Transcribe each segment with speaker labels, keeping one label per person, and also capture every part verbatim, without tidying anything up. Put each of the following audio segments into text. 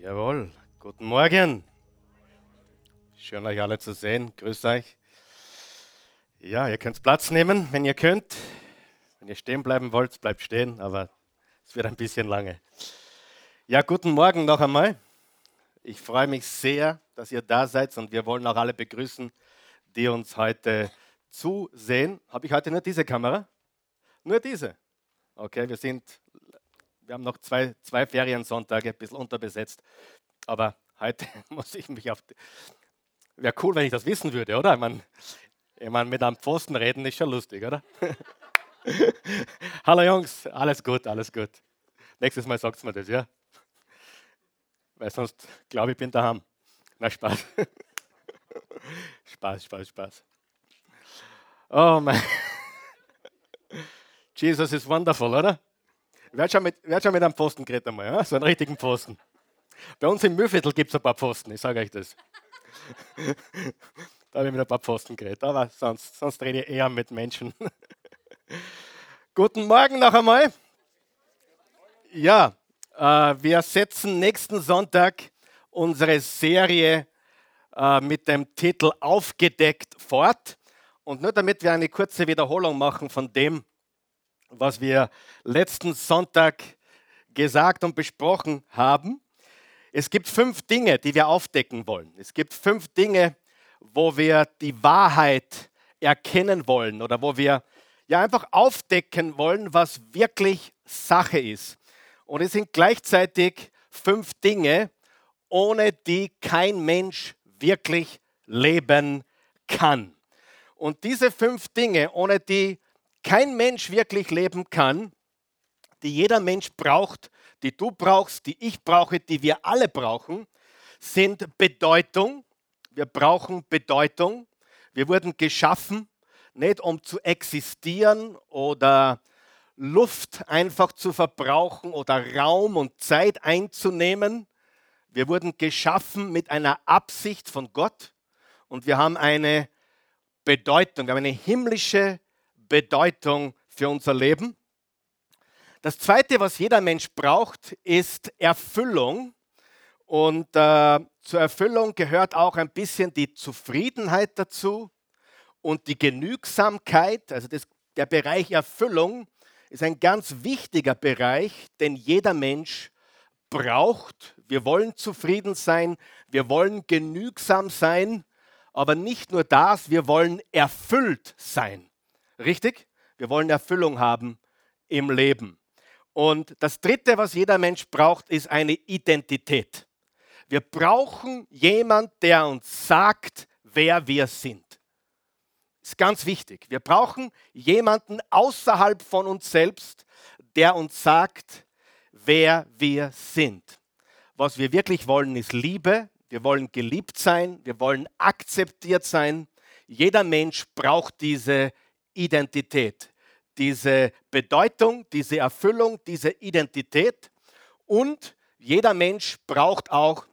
Speaker 1: Jawohl, guten Morgen. Schön, euch alle zu sehen. Grüß euch. Ja, ihr könnt Platz nehmen, wenn ihr könnt. Wenn ihr stehen bleiben wollt, bleibt stehen, aber es wird ein bisschen lange. Ja, guten Morgen noch einmal. Ich freue mich sehr, dass ihr da seid und wir wollen auch alle begrüßen, die uns heute zusehen. Habe ich heute nur diese Kamera? Nur diese? Okay, wir sind, wir haben noch zwei, zwei Feriensonntage, ein bisschen unterbesetzt, aber heute muss ich mich auf... Wäre cool, wenn ich das wissen würde, oder? Ich meine, ich mein, mit einem Pfosten reden ist schon lustig, oder? Hallo Jungs, alles gut, alles gut. Nächstes Mal sagt mir das, ja? Weil sonst glaube ich, bin daheim. Na, Spaß. Spaß, Spaß, Spaß. Oh mein, Jesus ist wonderful, oder? Wer hat schon mit, wer hat schon mit einem Pfosten geredet einmal, ja? So einen richtigen Pfosten. Bei uns im Mühlviertel gibt es ein paar Pfosten, ich sage euch das. Da habe ich mit ein paar Pfosten geredet, aber sonst, sonst rede ich eher mit Menschen. Guten Morgen noch einmal. Ja, äh, wir setzen nächsten Sonntag unsere Serie äh, mit dem Titel Aufgedeckt fort. Und nur damit wir eine kurze Wiederholung machen von dem, was wir letzten Sonntag gesagt und besprochen haben. Es gibt fünf Dinge, die wir aufdecken wollen. Es gibt fünf Dinge, wo wir die Wahrheit erkennen wollen oder wo wir ja einfach aufdecken wollen, was wirklich Sache ist. Und es sind gleichzeitig fünf Dinge, ohne die kein Mensch wirklich leben kann. Und diese fünf Dinge, ohne die kein Mensch wirklich leben kann, die jeder Mensch braucht, die du brauchst, die ich brauche, die wir alle brauchen, sind Bedeutung. Wir brauchen Bedeutung. Wir wurden geschaffen, nicht um zu existieren oder Luft einfach zu verbrauchen oder Raum und Zeit einzunehmen. Wir wurden geschaffen mit einer Absicht von Gott und wir haben eine Bedeutung, wir haben eine himmlische Bedeutung für unser Leben. Das Zweite, was jeder Mensch braucht, ist Erfüllung. Und äh, zur Erfüllung gehört auch ein bisschen die Zufriedenheit dazu und die Genügsamkeit. Also das, der Bereich Erfüllung ist ein ganz wichtiger Bereich, den jeder Mensch braucht. Wir wollen zufrieden sein, wir wollen genügsam sein, aber nicht nur das, wir wollen erfüllt sein. Richtig? Wir wollen Erfüllung haben im Leben. Und das Dritte, was jeder Mensch braucht, ist eine Identität. Wir brauchen jemanden, der uns sagt, wer wir sind. Das ist ganz wichtig. Wir brauchen jemanden außerhalb von uns selbst, der uns sagt, wer wir sind. Was wir wirklich wollen, ist Liebe. Wir wollen geliebt sein. Wir wollen akzeptiert sein. Jeder Mensch braucht diese Identität. Diese Bedeutung, diese Erfüllung, diese Identität. Und jeder Mensch braucht auch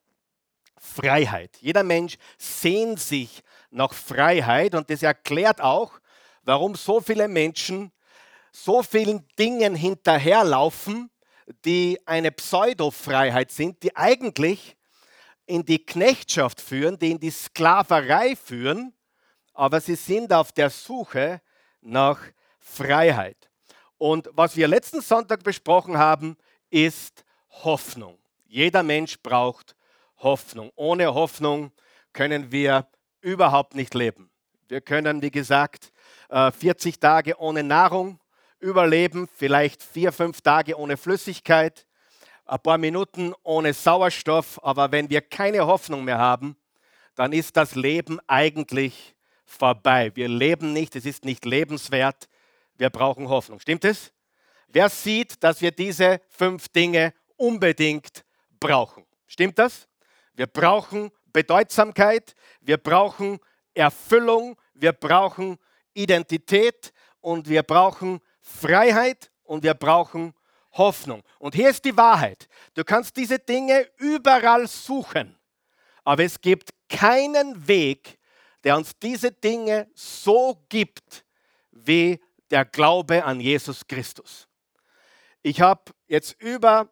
Speaker 1: Freiheit. Jeder Mensch sehnt sich nach Freiheit und das erklärt auch, warum so viele Menschen so vielen Dingen hinterherlaufen, die eine Pseudo-Freiheit sind, die eigentlich in die Knechtschaft führen, die in die Sklaverei führen, aber sie sind auf der Suche nach Freiheit. Und was wir letzten Sonntag besprochen haben, ist Hoffnung. Jeder Mensch braucht Hoffnung. Ohne Hoffnung können wir überhaupt nicht leben. Wir können, wie gesagt, vierzig Tage ohne Nahrung überleben, vielleicht vier, fünf Tage ohne Flüssigkeit, ein paar Minuten ohne Sauerstoff, aber wenn wir keine Hoffnung mehr haben, dann ist das Leben eigentlich vorbei. Wir leben nicht, es ist nicht lebenswert. Wir brauchen Hoffnung. Stimmt es? Wer sieht, dass wir diese fünf Dinge unbedingt brauchen? Stimmt das? Wir brauchen Bedeutsamkeit, wir brauchen Erfüllung, wir brauchen Identität und wir brauchen Freiheit und wir brauchen Hoffnung. Und hier ist die Wahrheit. Du kannst diese Dinge überall suchen, aber es gibt keinen Weg, der uns diese Dinge so gibt, wie der Glaube an Jesus Christus. Ich habe jetzt über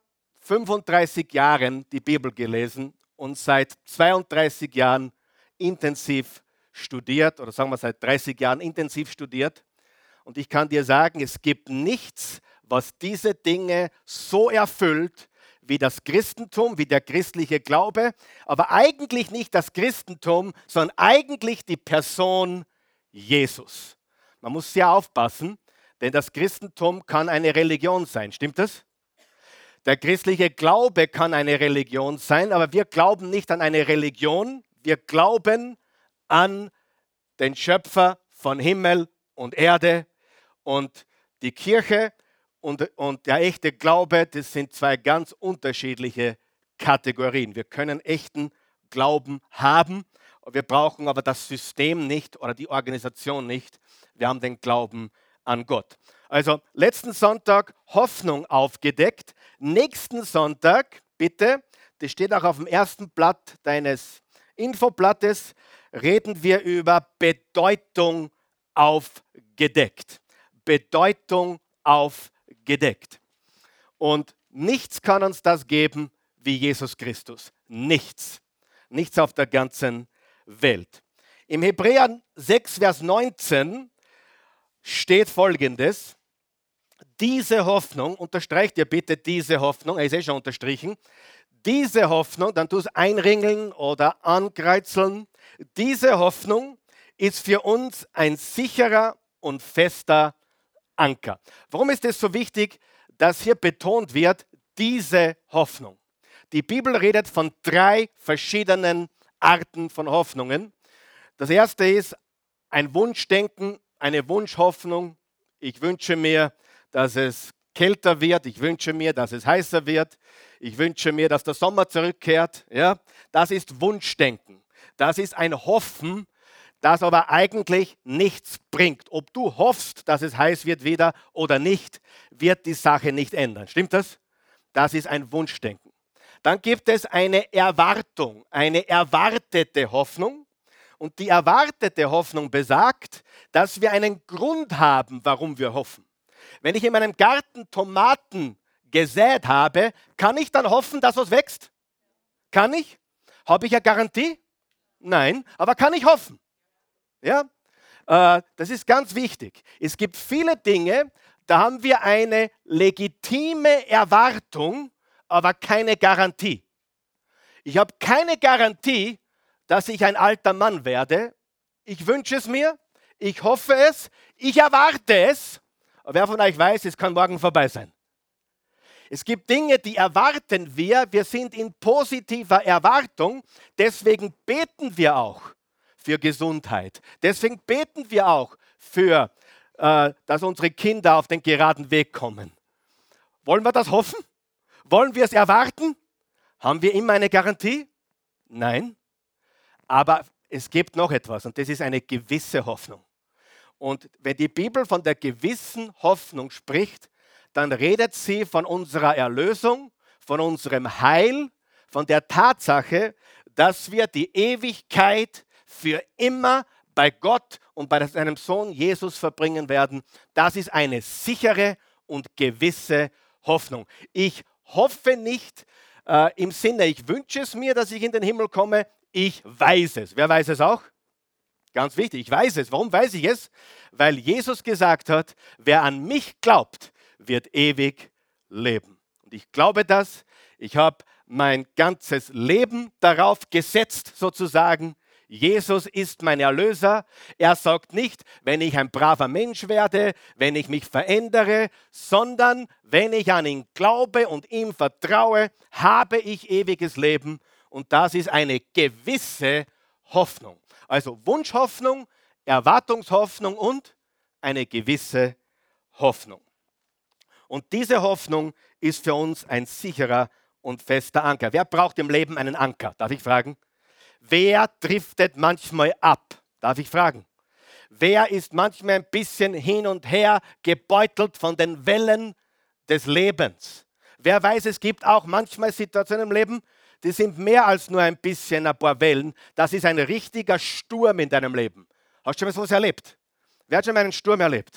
Speaker 1: fünfunddreißig Jahren die Bibel gelesen und seit zweiunddreißig Jahren intensiv studiert, oder sagen wir seit dreißig Jahren intensiv studiert. Und ich kann dir sagen, es gibt nichts, was diese Dinge so erfüllt wie das Christentum, wie der christliche Glaube, aber eigentlich nicht das Christentum, sondern eigentlich die Person Jesus. Man muss sehr aufpassen, denn das Christentum kann eine Religion sein, stimmt das? Der christliche Glaube kann eine Religion sein, aber wir glauben nicht an eine Religion, wir glauben an den Schöpfer von Himmel und Erde, und die Kirche und, und der echte Glaube, das sind zwei ganz unterschiedliche Kategorien. Wir können echten Glauben haben, wir brauchen aber das System nicht oder die Organisation nicht. Wir haben den Glauben an Gott. Also letzten Sonntag Hoffnung aufgedeckt. Nächsten Sonntag, bitte, das steht auch auf dem ersten Blatt deines Infoblattes, reden wir über Bedeutung aufgedeckt. Bedeutung aufgedeckt. Und nichts kann uns das geben wie Jesus Christus. Nichts. Nichts auf der ganzen Welt. Im Hebräer sechs, Vers neunzehn steht Folgendes. Diese Hoffnung, unterstreicht ihr bitte diese Hoffnung, er ist eh schon unterstrichen, diese Hoffnung, dann tu es einringeln oder ankreuzeln, diese Hoffnung ist für uns ein sicherer und fester Anker. Warum ist es so wichtig, dass hier betont wird, diese Hoffnung? Die Bibel redet von drei verschiedenen Arten von Hoffnungen. Das erste ist ein Wunschdenken, eine Wunschhoffnung. Ich wünsche mir, dass es kälter wird. Ich wünsche mir, dass es heißer wird. Ich wünsche mir, dass der Sommer zurückkehrt. Ja? Das ist Wunschdenken. Das ist ein Hoffen, das aber eigentlich nichts bringt. Ob du hoffst, dass es heiß wird wieder oder nicht, wird die Sache nicht ändern. Stimmt das? Das ist ein Wunschdenken. Dann gibt es eine Erwartung, eine erwartete Hoffnung. Und die erwartete Hoffnung besagt, dass wir einen Grund haben, warum wir hoffen. Wenn ich in meinem Garten Tomaten gesät habe, kann ich dann hoffen, dass was wächst? Kann ich? Habe ich eine Garantie? Nein, aber kann ich hoffen? Ja? Äh, das ist ganz wichtig. Es gibt viele Dinge, da haben wir eine legitime Erwartung, aber keine Garantie. Ich habe keine Garantie, dass ich ein alter Mann werde. Ich wünsche es mir, ich hoffe es, ich erwarte es. Aber wer von euch weiß, es kann morgen vorbei sein. Es gibt Dinge, die erwarten wir. Wir sind in positiver Erwartung. Deswegen beten wir auch für Gesundheit. Deswegen beten wir auch für, äh, dass unsere Kinder auf den geraden Weg kommen. Wollen wir das hoffen? Wollen wir es erwarten? Haben wir immer eine Garantie? Nein. Aber es gibt noch etwas und das ist eine gewisse Hoffnung. Und wenn die Bibel von der gewissen Hoffnung spricht, dann redet sie von unserer Erlösung, von unserem Heil, von der Tatsache, dass wir die Ewigkeit für immer bei Gott und bei seinem Sohn Jesus verbringen werden. Das ist eine sichere und gewisse Hoffnung. Ich hoffe nicht äh, im Sinne, ich wünsche es mir, dass ich in den Himmel komme. Ich weiß es. Wer weiß es auch? Ganz wichtig, ich weiß es. Warum weiß ich es? Weil Jesus gesagt hat, wer an mich glaubt, wird ewig leben. Und ich glaube das. Ich habe mein ganzes Leben darauf gesetzt, sozusagen. Jesus ist mein Erlöser. Er sagt nicht, wenn ich ein braver Mensch werde, wenn ich mich verändere, sondern wenn ich an ihn glaube und ihm vertraue, habe ich ewiges Leben. Und das ist eine gewisse Hoffnung. Also Wunschhoffnung, Erwartungshoffnung und eine gewisse Hoffnung. Und diese Hoffnung ist für uns ein sicherer und fester Anker. Wer braucht im Leben einen Anker? Darf ich fragen? Wer driftet manchmal ab? Darf ich fragen? Wer ist manchmal ein bisschen hin und her gebeutelt von den Wellen des Lebens? Wer weiß, es gibt auch manchmal Situationen im Leben, die sind mehr als nur ein bisschen ein paar Wellen. Das ist ein richtiger Sturm in deinem Leben. Hast du schon mal sowas erlebt? Wer hat schon mal einen Sturm erlebt?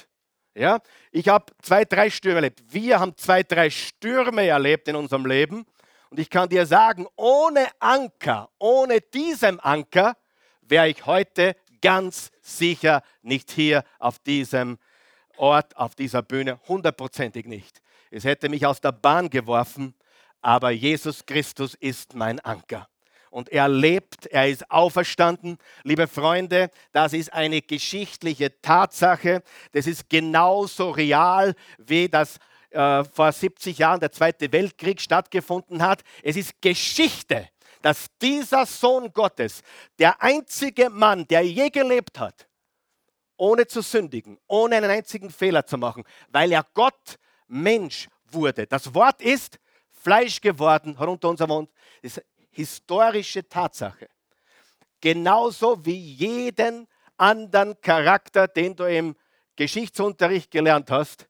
Speaker 1: Ja? Ich habe zwei, drei Stürme erlebt. Wir haben zwei, drei Stürme erlebt in unserem Leben. Und ich kann dir sagen, ohne Anker, ohne diesem Anker, wäre ich heute ganz sicher nicht hier auf diesem Ort, auf dieser Bühne, hundertprozentig nicht. Es hätte mich aus der Bahn geworfen, aber Jesus Christus ist mein Anker. Und er lebt, er ist auferstanden. Liebe Freunde, das ist eine geschichtliche Tatsache. Das ist genauso real, wie das äh, vor siebzig Jahren der Zweite Weltkrieg stattgefunden hat. Es ist Geschichte, dass dieser Sohn Gottes, der einzige Mann, der je gelebt hat, ohne zu sündigen, ohne einen einzigen Fehler zu machen, weil er Gott Mensch wurde. Das Wort ist Fleisch geworden, herunter unser Mund. Das ist historische Tatsache. Genauso wie jeden anderen Charakter, den du im Geschichtsunterricht gelernt hast,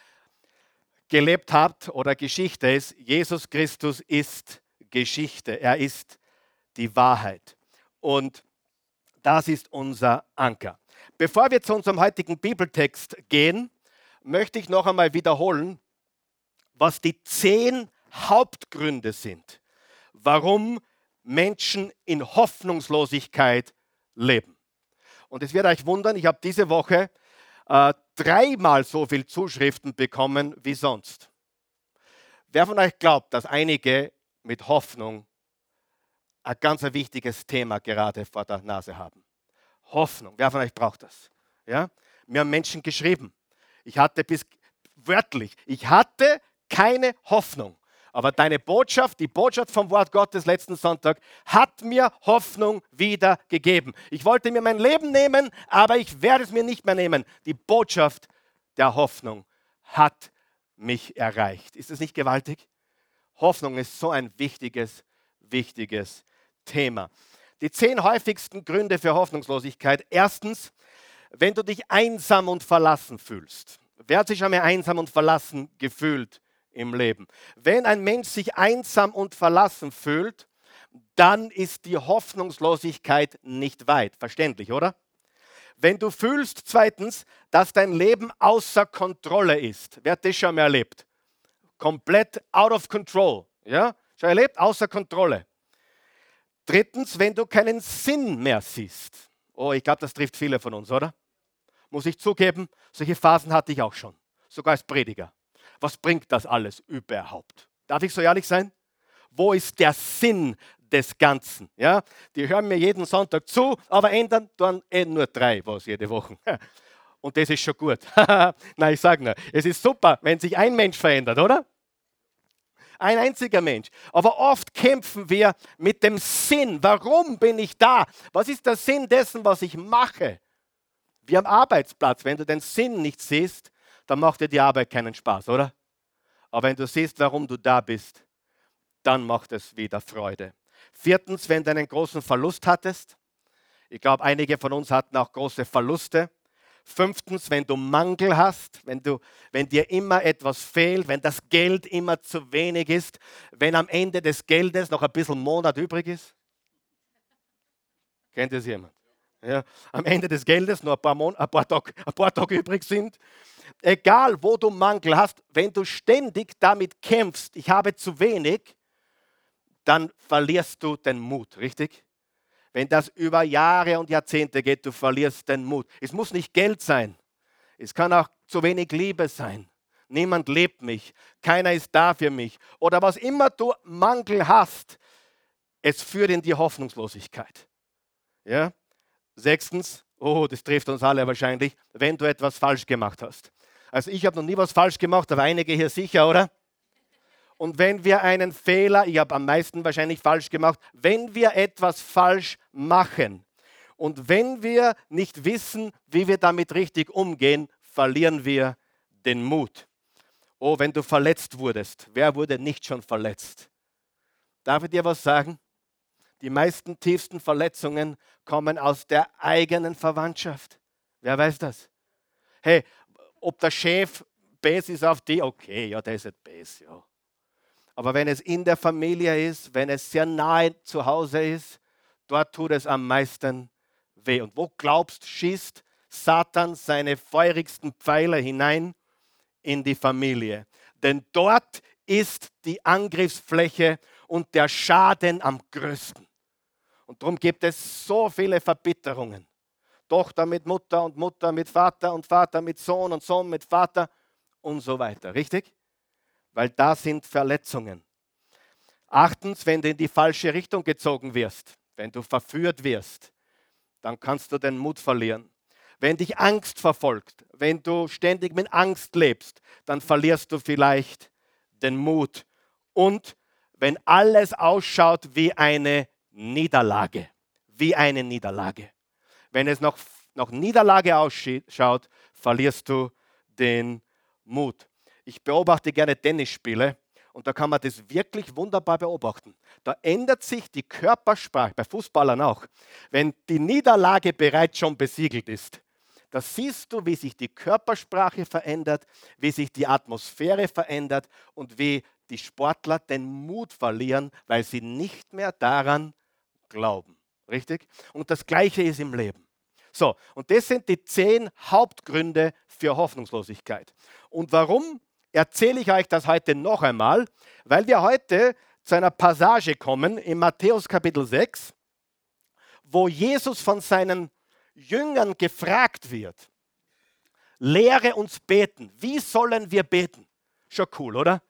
Speaker 1: gelebt habt oder Geschichte ist, Jesus Christus ist Geschichte. Er ist die Wahrheit. Und das ist unser Anker. Bevor wir zu unserem heutigen Bibeltext gehen, möchte ich noch einmal wiederholen, was die zehn Hauptgründe sind, warum Menschen in Hoffnungslosigkeit leben. Und es wird euch wundern, ich habe diese Woche äh, dreimal so viele Zuschriften bekommen wie sonst. Wer von euch glaubt, dass einige mit Hoffnung ein ganz wichtiges Thema gerade vor der Nase haben? Hoffnung. Wer von euch braucht das? Ja? Mir haben Menschen geschrieben. Ich hatte bis wörtlich, ich hatte keine Hoffnung. Aber deine Botschaft, die Botschaft vom Wort Gottes letzten Sonntag, hat mir Hoffnung wieder gegeben. Ich wollte mir mein Leben nehmen, aber ich werde es mir nicht mehr nehmen. Die Botschaft der Hoffnung hat mich erreicht. Ist es nicht gewaltig? Hoffnung ist so ein wichtiges, wichtiges Thema. Die zehn häufigsten Gründe für Hoffnungslosigkeit. Erstens, wenn du dich einsam und verlassen fühlst. Wer hat sich schon mal einsam und verlassen gefühlt im Leben? Wenn ein Mensch sich einsam und verlassen fühlt, dann ist die Hoffnungslosigkeit nicht weit. Verständlich, oder? Wenn du fühlst, zweitens, dass dein Leben außer Kontrolle ist. Wer hat das schon mal erlebt? Komplett out of control. Ja? Schon erlebt? Außer Kontrolle. Drittens, wenn du keinen Sinn mehr siehst. Oh, ich glaube, das trifft viele von uns, oder? Muss ich zugeben, solche Phasen hatte ich auch schon. Sogar als Prediger. Was bringt das alles überhaupt? Darf ich so ehrlich sein? Wo ist der Sinn des Ganzen? Ja? Die hören mir jeden Sonntag zu, aber ändern dann eh nur drei was jede Woche. Und das ist schon gut. Nein, ich sage nur, es ist super, wenn sich ein Mensch verändert, oder? Ein einziger Mensch. Aber oft kämpfen wir mit dem Sinn. Warum bin ich da? Was ist der Sinn dessen, was ich mache? Wie am Arbeitsplatz. Wenn du den Sinn nicht siehst, dann macht dir die Arbeit keinen Spaß, oder? Aber wenn du siehst, warum du da bist, dann macht es wieder Freude. Viertens, wenn du einen großen Verlust hattest. Ich glaube, einige von uns hatten auch große Verluste. Fünftens, wenn du Mangel hast, wenn, du, wenn dir immer etwas fehlt, wenn das Geld immer zu wenig ist, wenn am Ende des Geldes noch ein bisschen Monat übrig ist. Kennt das jemand? Ja, am Ende des Geldes noch ein paar, Mon- ein paar Tage, ein paar Tage übrig sind. Egal, wo du Mangel hast, wenn du ständig damit kämpfst, ich habe zu wenig, dann verlierst du den Mut, richtig? Wenn das über Jahre und Jahrzehnte geht, du verlierst den Mut. Es muss nicht Geld sein. Es kann auch zu wenig Liebe sein. Niemand liebt mich. Keiner ist da für mich. Oder was immer du Mangel hast, es führt in die Hoffnungslosigkeit. Ja? Sechstens, oh, das trifft uns alle wahrscheinlich, wenn du etwas falsch gemacht hast. Also ich habe noch nie was falsch gemacht, aber einige hier sicher, oder? Und wenn wir einen Fehler, ich habe am meisten wahrscheinlich falsch gemacht, wenn wir etwas falsch machen und wenn wir nicht wissen, wie wir damit richtig umgehen, verlieren wir den Mut. Oh, wenn du verletzt wurdest, wer wurde nicht schon verletzt? Darf ich dir was sagen? Die meisten tiefsten Verletzungen kommen aus der eigenen Verwandtschaft. Wer weiß das? Hey, ob der Chef bes ist auf die, okay, ja, der ist nicht bes, ja. Aber wenn es in der Familie ist, wenn es sehr nahe zu Hause ist, dort tut es am meisten weh. Und wo glaubst, schießt Satan seine feurigsten Pfeiler hinein in die Familie. Denn dort ist die Angriffsfläche und der Schaden am größten. Und darum gibt es so viele Verbitterungen. Tochter mit Mutter und Mutter mit Vater und Vater mit Sohn und Sohn mit Vater und so weiter. Richtig? Weil da sind Verletzungen. Achtens, wenn du in die falsche Richtung gezogen wirst, wenn du verführt wirst, dann kannst du den Mut verlieren. Wenn dich Angst verfolgt, wenn du ständig mit Angst lebst, dann verlierst du vielleicht den Mut. Und wenn alles ausschaut wie eine Niederlage, wie eine Niederlage. Wenn es nach, nach Niederlage ausschaut, verlierst du den Mut. Ich beobachte gerne Tennisspiele und da kann man das wirklich wunderbar beobachten. Da ändert sich die Körpersprache, bei Fußballern auch, wenn die Niederlage bereits schon besiegelt ist. Da siehst du, wie sich die Körpersprache verändert, wie sich die Atmosphäre verändert und wie die Sportler den Mut verlieren, weil sie nicht mehr daran glauben. Richtig? Und das Gleiche ist im Leben. So, und das sind die zehn Hauptgründe für Hoffnungslosigkeit. Und warum erzähle ich euch das heute noch einmal? Weil wir heute zu einer Passage kommen in Matthäus Kapitel sechs, wo Jesus von seinen Jüngern gefragt wird, lehre uns beten. Wie sollen wir beten? Schon cool, oder?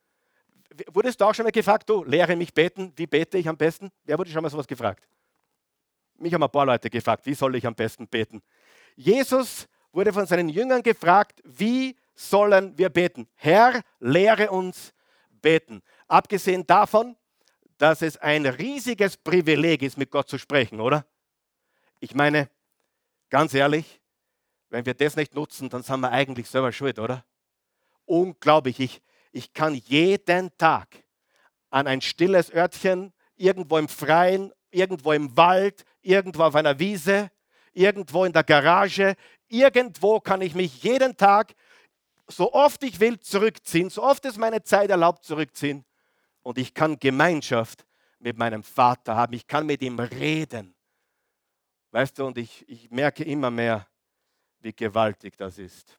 Speaker 1: Wurdest du auch schon mal gefragt, du, lehre mich beten, wie bete ich am besten? Wer wurde schon mal sowas gefragt? Mich haben ein paar Leute gefragt, wie soll ich am besten beten? Jesus wurde von seinen Jüngern gefragt, wie sollen wir beten? Herr, lehre uns beten. Abgesehen davon, dass es ein riesiges Privileg ist, mit Gott zu sprechen, oder? Ich meine, ganz ehrlich, wenn wir das nicht nutzen, dann sind wir eigentlich selber schuld, oder? Unglaublich, ich, ich kann jeden Tag an ein stilles Örtchen, irgendwo im Freien, irgendwo im Wald, irgendwo auf einer Wiese, irgendwo in der Garage, irgendwo kann ich mich jeden Tag, so oft ich will, zurückziehen, so oft es meine Zeit erlaubt, zurückziehen. Und ich kann Gemeinschaft mit meinem Vater haben, ich kann mit ihm reden. Weißt du, und ich, ich merke immer mehr, wie gewaltig das ist.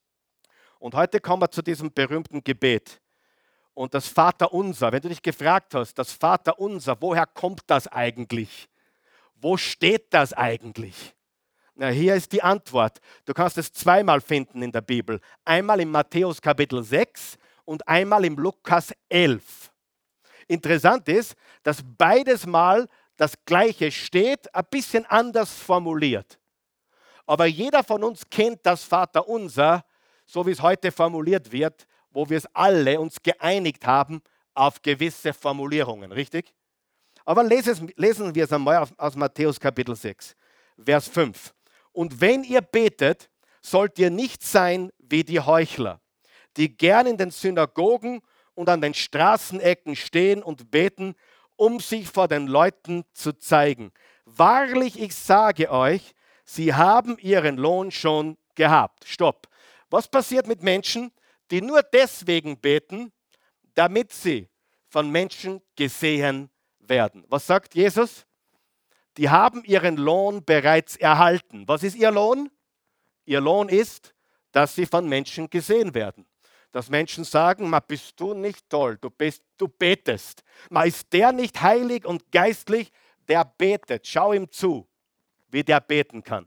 Speaker 1: Und heute kommen wir zu diesem berühmten Gebet. Und das Vaterunser, wenn du dich gefragt hast, das Vaterunser, woher kommt das eigentlich? Wo steht das eigentlich? Na, hier ist die Antwort. Du kannst es zweimal finden in der Bibel. Einmal in Matthäus Kapitel sechs und einmal im Lukas elf. Interessant ist, dass beides Mal das Gleiche steht, ein bisschen anders formuliert. Aber jeder von uns kennt das Vaterunser, so wie es heute formuliert wird, wo wir es alle uns geeinigt haben auf gewisse Formulierungen, richtig? Aber lesen, lesen wir es einmal aus Matthäus Kapitel sechs, Vers fünf. Und wenn ihr betet, sollt ihr nicht sein wie die Heuchler, die gern in den Synagogen und an den Straßenecken stehen und beten, um sich vor den Leuten zu zeigen. Wahrlich, ich sage euch, sie haben ihren Lohn schon gehabt. Stopp. Was passiert mit Menschen, die nur deswegen beten, damit sie von Menschen gesehen werden? Was sagt Jesus? Die haben ihren Lohn bereits erhalten. Was ist ihr Lohn? Ihr Lohn ist, dass sie von Menschen gesehen werden. Dass Menschen sagen, ma, bist du nicht toll, du, bist, du betest. Ma, ist der nicht heilig und geistlich? Der betet. Schau ihm zu, wie der beten kann.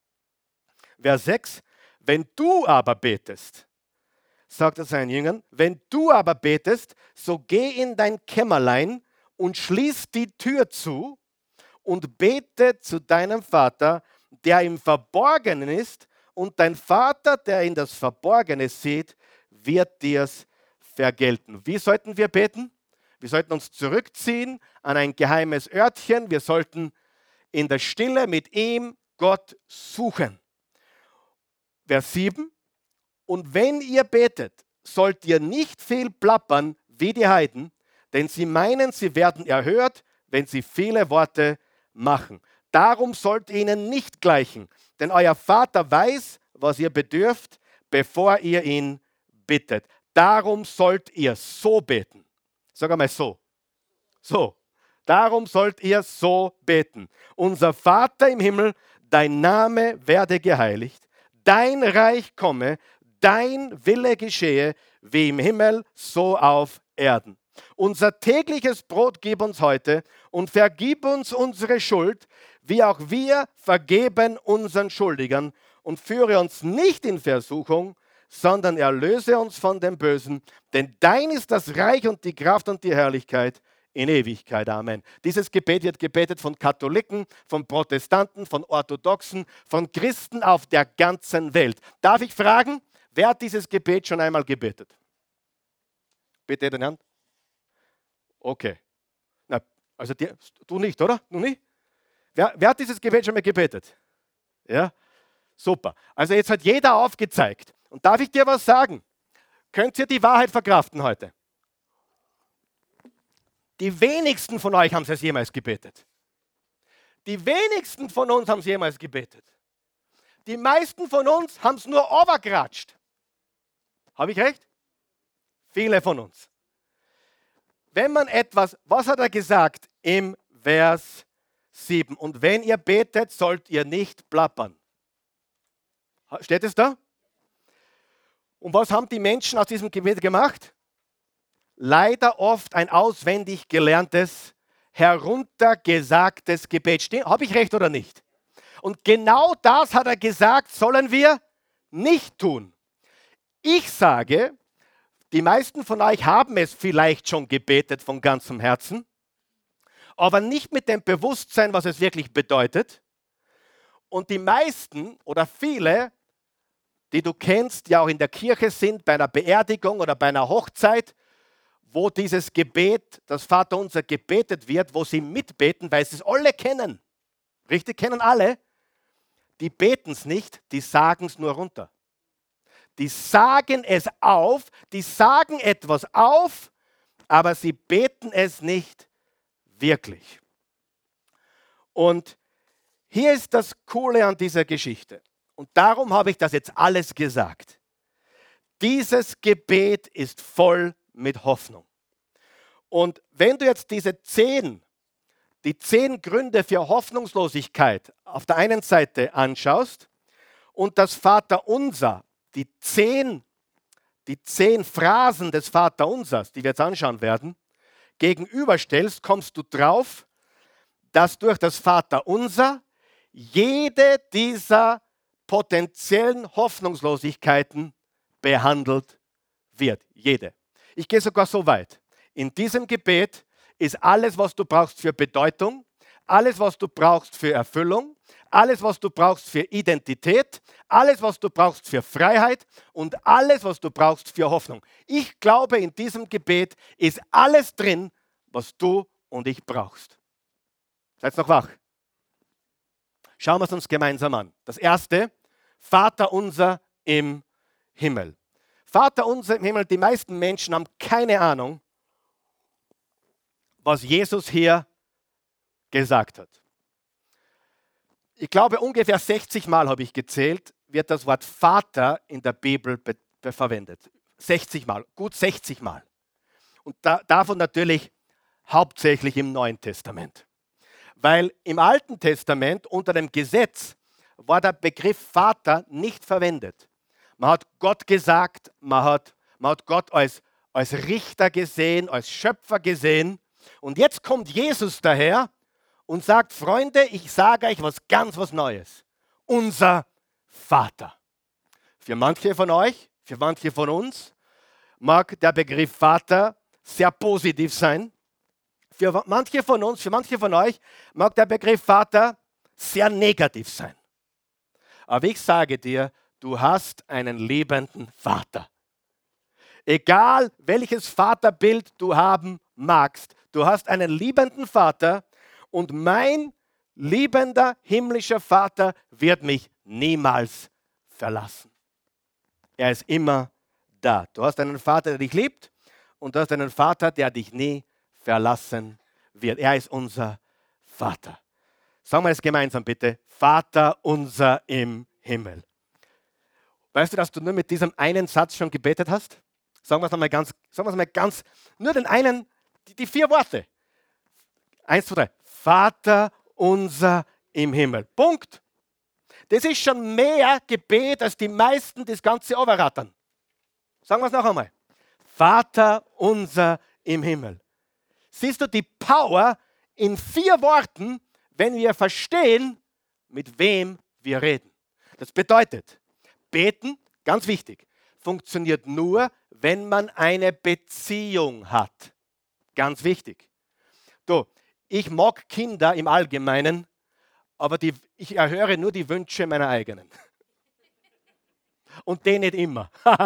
Speaker 1: Vers sechs. Wenn du aber betest, sagt er seinen Jüngern, wenn du aber betest, so geh in dein Kämmerlein und schließ die Tür zu und bete zu deinem Vater, der im Verborgenen ist, und dein Vater, der in das Verborgene sieht, wird dir's vergelten. Wie sollten wir beten? Wir sollten uns zurückziehen an ein geheimes Örtchen. Wir sollten in der Stille mit ihm Gott suchen. Vers sieben. Und wenn ihr betet, sollt ihr nicht viel plappern wie die Heiden, denn sie meinen, sie werden erhört, wenn sie viele Worte machen. Darum sollt ihr ihnen nicht gleichen, denn euer Vater weiß, was ihr bedürft, bevor ihr ihn bittet. Darum sollt ihr so beten. Sag einmal so. So. Darum sollt ihr so beten. Unser Vater im Himmel, dein Name werde geheiligt, dein Reich komme, dein Wille geschehe, wie im Himmel, so auf Erden. Unser tägliches Brot gib uns heute und vergib uns unsere Schuld, wie auch wir vergeben unseren Schuldigern, und führe uns nicht in Versuchung, sondern erlöse uns von dem Bösen, denn dein ist das Reich und die Kraft und die Herrlichkeit in Ewigkeit. Amen. Dieses Gebet wird gebetet von Katholiken, von Protestanten, von Orthodoxen, von Christen auf der ganzen Welt. Darf ich fragen, wer hat dieses Gebet schon einmal gebetet? Bitte den Hand. Okay. Na, also die, du nicht, oder? Du nicht? Wer, wer hat dieses Gebet schon mal gebetet? Ja, super. Also jetzt hat jeder aufgezeigt. Und darf ich dir was sagen? Könnt ihr die Wahrheit verkraften heute? Die wenigsten von euch haben es jemals gebetet. Die wenigsten von uns haben es jemals gebetet. Die meisten von uns haben es nur overgeratscht. Habe ich recht? Viele von uns. Wenn man etwas, was hat er gesagt im Vers sieben? Und wenn ihr betet, sollt ihr nicht plappern. Steht es da? Und was haben die Menschen aus diesem Gebet gemacht? Leider oft ein auswendig gelerntes, heruntergesagtes Gebet. Habe ich recht oder nicht? Und genau das hat er gesagt, sollen wir nicht tun. Ich sage, die meisten von euch haben es vielleicht schon gebetet von ganzem Herzen, aber nicht mit dem Bewusstsein, was es wirklich bedeutet. Und die meisten oder viele, die du kennst, die auch in der Kirche sind, bei einer Beerdigung oder bei einer Hochzeit, wo dieses Gebet, das Vaterunser gebetet wird, wo sie mitbeten, weil sie es alle kennen. Richtig, kennen alle. Die beten es nicht, die sagen es nur runter. Die sagen es auf, die sagen etwas auf, aber sie beten es nicht wirklich. Und hier ist das Coole an dieser Geschichte. Und darum habe ich das jetzt alles gesagt. Dieses Gebet ist voll mit Hoffnung. Und wenn du jetzt diese zehn, die zehn Gründe für Hoffnungslosigkeit auf der einen Seite anschaust und das Vaterunser, die zehn, die zehn Phrasen des Vaterunsers, die wir jetzt anschauen werden, gegenüberstellst, kommst du drauf, dass durch das Vaterunser jede dieser potenziellen Hoffnungslosigkeiten behandelt wird. Jede. Ich gehe sogar so weit. In diesem Gebet ist alles, was du brauchst für Bedeutung, alles, was du brauchst für Erfüllung, alles, was du brauchst für Identität, alles, was du brauchst für Freiheit und alles, was du brauchst für Hoffnung. Ich glaube, in diesem Gebet ist alles drin, was du und ich brauchst. Seid noch wach? Schauen wir es uns gemeinsam an. Das erste, Vater unser im Himmel. Vater unser im Himmel, die meisten Menschen haben keine Ahnung, was Jesus hier gesagt hat. Ich glaube, ungefähr sechzig Mal habe ich gezählt, wird das Wort Vater in der Bibel be- be- verwendet. sechzig Mal, gut sechzig Mal. Und da, davon natürlich hauptsächlich im Neuen Testament. Weil im Alten Testament unter dem Gesetz war der Begriff Vater nicht verwendet. Man hat Gott gesagt, man hat, man hat Gott als, als Richter gesehen, als Schöpfer gesehen. Und jetzt kommt Jesus daher und sagt, Freunde, ich sage euch was ganz was Neues. Unser Vater. Für manche von euch, für manche von uns mag der Begriff Vater sehr positiv sein. Für manche von uns, für manche von euch mag der Begriff Vater sehr negativ sein. Aber ich sage dir, du hast einen liebenden Vater. Egal welches Vaterbild du haben magst, du hast einen liebenden Vater und mein liebender himmlischer Vater wird mich niemals verlassen. Er ist immer da. Du hast einen Vater, der dich liebt und du hast einen Vater, der dich nie verlassen wird. Er ist unser Vater. Sagen wir es gemeinsam bitte. Vater unser im Himmel. Weißt du, dass du nur mit diesem einen Satz schon gebetet hast? Sagen wir es nochmal ganz, sagen wir es mal ganz, nur den einen, die, die vier Worte. Eins, zwei, drei. Vater unser im Himmel. Punkt. Das ist schon mehr Gebet, als die meisten das Ganze overrattern. Sagen wir es noch einmal. Vater unser im Himmel. Siehst du die Power in vier Worten, wenn wir verstehen, mit wem wir reden. Das bedeutet, beten, ganz wichtig, funktioniert nur, wenn man eine Beziehung hat. Ganz wichtig. Du, ich mag Kinder im Allgemeinen, aber die, ich erhöre nur die Wünsche meiner eigenen. Und die nicht immer.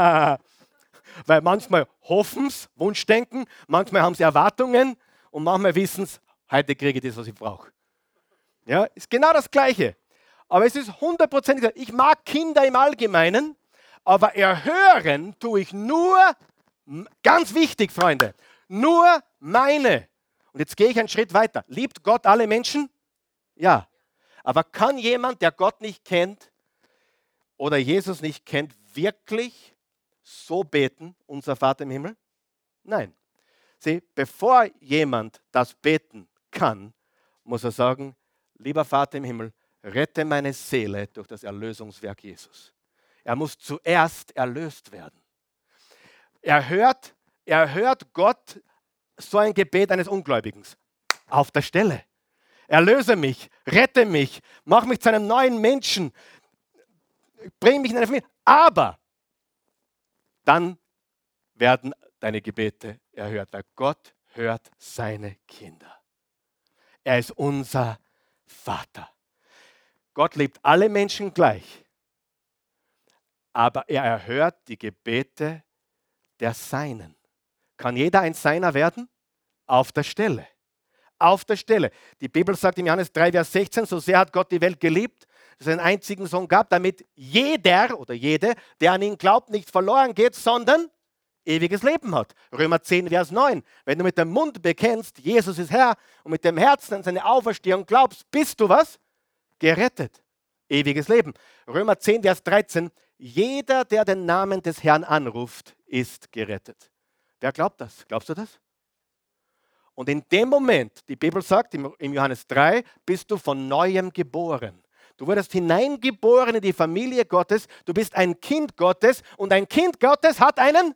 Speaker 1: Weil manchmal hoffen sie, Wunschdenken, manchmal haben sie Erwartungen und manchmal wissen sie, heute kriege ich das, was ich brauche. Ja, ist genau das Gleiche. Aber es ist hundertprozentig, ich mag Kinder im Allgemeinen, aber erhören tue ich nur, ganz wichtig, Freunde, nur meine. Und jetzt gehe ich einen Schritt weiter. Liebt Gott alle Menschen? Ja. Aber kann jemand, der Gott nicht kennt oder Jesus nicht kennt, wirklich so beten, unser Vater im Himmel? Nein. Sieh, bevor jemand das beten kann, muss er sagen, lieber Vater im Himmel, rette meine Seele durch das Erlösungswerk Jesus. Er muss zuerst erlöst werden. Er hört, er hört Gott so ein Gebet eines Ungläubigen auf der Stelle. Erlöse mich, rette mich, mach mich zu einem neuen Menschen, bring mich in eine Familie. Aber dann werden deine Gebete erhört, weil Gott hört seine Kinder. Er ist unser Vater. Gott liebt alle Menschen gleich, aber er erhört die Gebete der Seinen. Kann jeder ein Seiner werden? Auf der Stelle. Auf der Stelle. Die Bibel sagt im Johannes drei, Vers sechzehn, so sehr hat Gott die Welt geliebt, dass es einen einzigen Sohn gab, damit jeder oder jede, der an ihn glaubt, nicht verloren geht, sondern ewiges Leben hat. Römer zehn, Vers neun. Wenn du mit dem Mund bekennst, Jesus ist Herr, und mit dem Herzen an seine Auferstehung glaubst, bist du was? Gerettet. Ewiges Leben. Römer zehn, Vers dreizehn. Jeder, der den Namen des Herrn anruft, ist gerettet. Wer glaubt das? Glaubst du das? Und in dem Moment, die Bibel sagt im, im Johannes drei, bist du von Neuem geboren. Du wurdest hineingeboren in die Familie Gottes. Du bist ein Kind Gottes und ein Kind Gottes hat einen?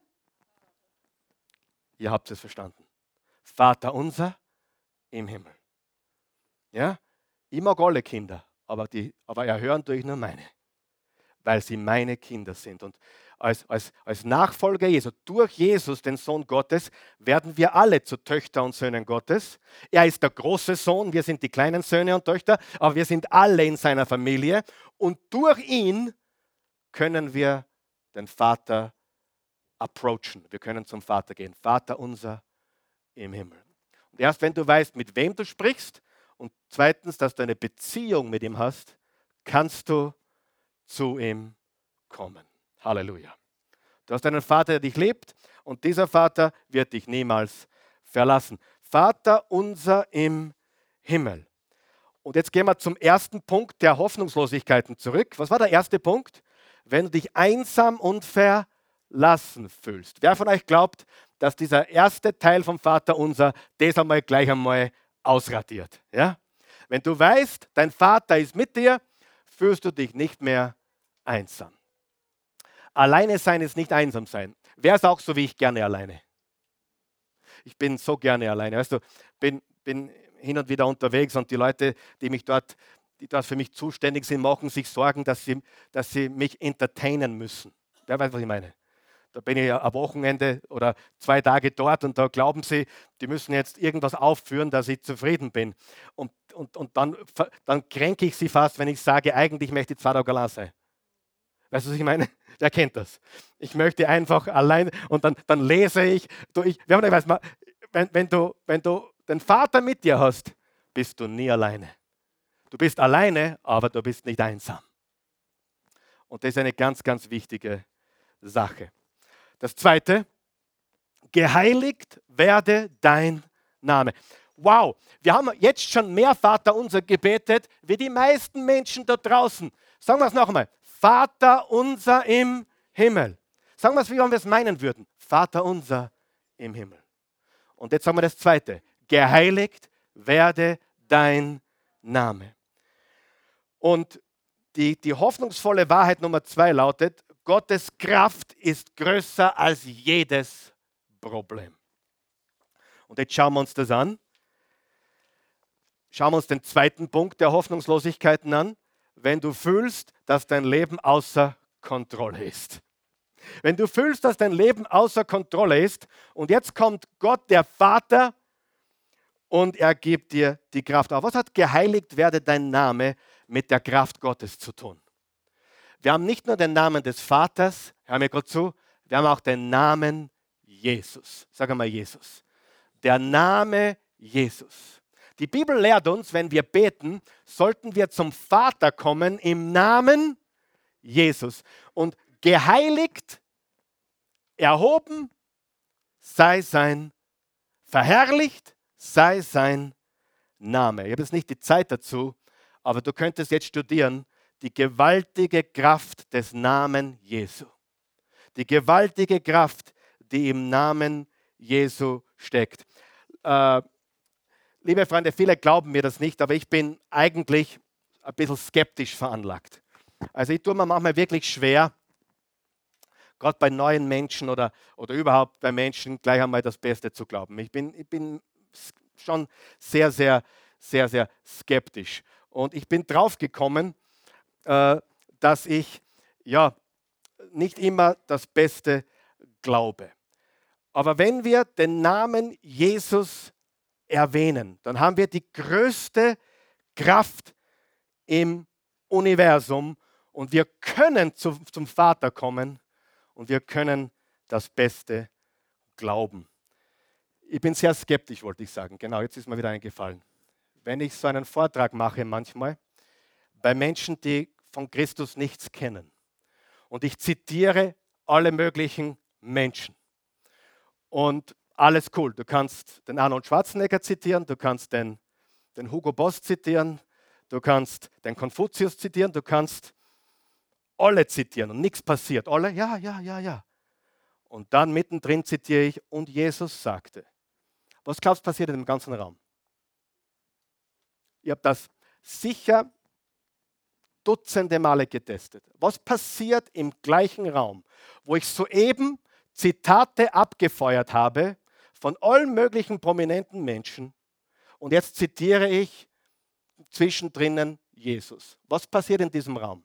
Speaker 1: Ihr habt es verstanden. Vater unser im Himmel. Ja? Ich mag alle Kinder, aber, die, aber erhören tue ich nur meine, weil sie meine Kinder sind. Und als, als, als Nachfolger Jesu, durch Jesus, den Sohn Gottes, werden wir alle zu Töchter und Söhnen Gottes. Er ist der große Sohn, wir sind die kleinen Söhne und Töchter, aber wir sind alle in seiner Familie. Und durch ihn können wir den Vater approachen. Wir können zum Vater gehen. Vater unser im Himmel. Und erst wenn du weißt, mit wem du sprichst und zweitens, dass du eine Beziehung mit ihm hast, kannst du zu ihm kommen. Halleluja. Du hast einen Vater, der dich liebt und dieser Vater wird dich niemals verlassen. Vater unser im Himmel. Und jetzt gehen wir zum ersten Punkt der Hoffnungslosigkeiten zurück. Was war der erste Punkt? Wenn du dich einsam und verlassen fühlst. Wer von euch glaubt, dass dieser erste Teil vom Vater unser das einmal gleich einmal ausradiert? Ja? Wenn du weißt, dein Vater ist mit dir, fühlst du dich nicht mehr einsam. Alleine sein ist nicht einsam sein. Wer ist auch so wie ich gerne alleine? Ich bin so gerne alleine. Weißt du, bin, bin hin und wieder unterwegs und die Leute, die mich dort, die dort für mich zuständig sind, machen sich Sorgen, dass sie, dass sie mich entertainen müssen. Wer weiß, was ich meine? Da bin ich ja am Wochenende oder zwei Tage dort und da glauben sie, die müssen jetzt irgendwas aufführen, dass ich zufrieden bin. Und, und, und dann, dann kränke ich sie fast, wenn ich sage, eigentlich möchte ich zwei Tage allein sein. Weißt du, was ich meine? Wer kennt das? Ich möchte einfach allein und dann, dann lese ich. Du, ich wir haben nicht, weiß mal, wenn, wenn, du, wenn du den Vater mit dir hast, bist du nie alleine. Du bist alleine, aber du bist nicht einsam. Und das ist eine ganz, ganz wichtige Sache. Das Zweite, geheiligt werde dein Name. Wow, wir haben jetzt schon mehr Vater unser gebetet, wie die meisten Menschen da draußen. Sagen wir es noch einmal. Vater unser im Himmel. Sagen wir es, wie wir es meinen würden. Vater unser im Himmel. Und jetzt sagen wir das Zweite. Geheiligt werde dein Name. Und die, die hoffnungsvolle Wahrheit Nummer zwei lautet, Gottes Kraft ist größer als jedes Problem. Und jetzt schauen wir uns das an. Schauen wir uns den zweiten Punkt der Hoffnungslosigkeiten an. Wenn du fühlst, dass dein Leben außer Kontrolle ist. Wenn du fühlst, dass dein Leben außer Kontrolle ist und jetzt kommt Gott, der Vater, und er gibt dir die Kraft auf. Was hat geheiligt werde dein Name mit der Kraft Gottes zu tun? Wir haben nicht nur den Namen des Vaters, hör mir gut zu, wir haben auch den Namen Jesus. Sag einmal Jesus. Der Name Jesus. Die Bibel lehrt uns, wenn wir beten, sollten wir zum Vater kommen im Namen Jesus. Und geheiligt, erhoben sei sein, verherrlicht sei sein Name. Ich habe jetzt nicht die Zeit dazu, aber du könntest jetzt studieren, die gewaltige Kraft des Namen Jesu. Die gewaltige Kraft, die im Namen Jesu steckt. Äh, liebe Freunde, viele glauben mir das nicht, aber ich bin eigentlich ein bisschen skeptisch veranlagt. Also ich tue mir manchmal wirklich schwer, gerade bei neuen Menschen oder, oder überhaupt bei Menschen gleich einmal das Beste zu glauben. Ich bin, ich bin schon sehr, sehr, sehr, sehr skeptisch. Und ich bin draufgekommen, äh, dass ich ja nicht immer das Beste glaube. Aber wenn wir den Namen Jesus erwähnen, dann haben wir die größte Kraft im Universum und wir können zu, zum Vater kommen und wir können das Beste glauben. Ich bin sehr skeptisch, wollte ich sagen. Genau, jetzt ist mir wieder eingefallen. Wenn ich so einen Vortrag mache manchmal, bei Menschen, die von Christus nichts kennen, und ich zitiere alle möglichen Menschen. Und alles cool. Du kannst den Arnold Schwarzenegger zitieren, du kannst den, den Hugo Boss zitieren, du kannst den Konfuzius zitieren, du kannst alle zitieren und nichts passiert. Alle, ja, ja, ja, ja. Und dann mittendrin zitiere ich, und Jesus sagte. Was glaubst du, passiert in dem ganzen Raum? Ich habe das sicher Dutzende Male getestet. Was passiert im gleichen Raum, wo ich soeben Zitate abgefeuert habe von allen möglichen prominenten Menschen und jetzt zitiere ich zwischendrin Jesus. Was passiert in diesem Raum?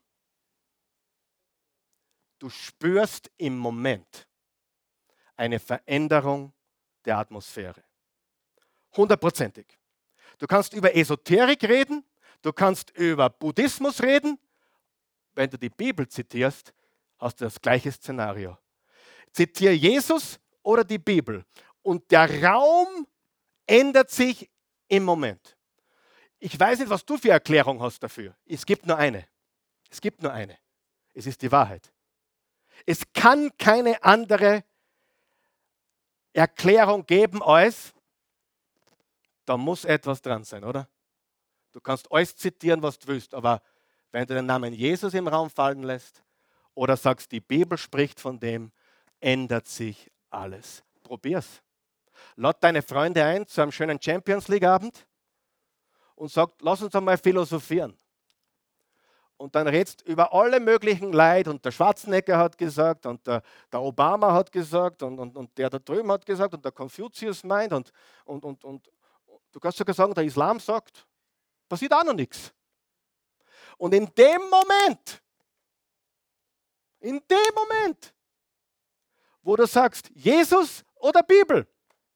Speaker 1: Du spürst im Moment eine Veränderung der Atmosphäre. Hundertprozentig. Du kannst über Esoterik reden, du kannst über Buddhismus reden. Wenn du die Bibel zitierst, hast du das gleiche Szenario. Zitiere Jesus oder die Bibel und der Raum ändert sich im Moment. Ich weiß nicht, was du für Erklärung hast dafür. Es gibt nur eine. Es gibt nur eine. Es ist die Wahrheit. Es kann keine andere Erklärung geben als, da muss etwas dran sein, oder? Du kannst alles zitieren, was du willst, aber wenn du den Namen Jesus im Raum fallen lässt oder sagst, die Bibel spricht von dem, ändert sich alles. Probier's. Lad deine Freunde ein zu einem schönen Champions League Abend und sag, lass uns einmal philosophieren. Und dann redest über alle möglichen Leid und der Schwarzenegger hat gesagt und der, der Obama hat gesagt und, und, und der da drüben hat gesagt und der Konfuzius meint und, und, und, und du kannst sogar sagen, der Islam sagt, passiert auch noch nichts. Und in dem Moment, in dem Moment, wo du sagst, Jesus oder Bibel,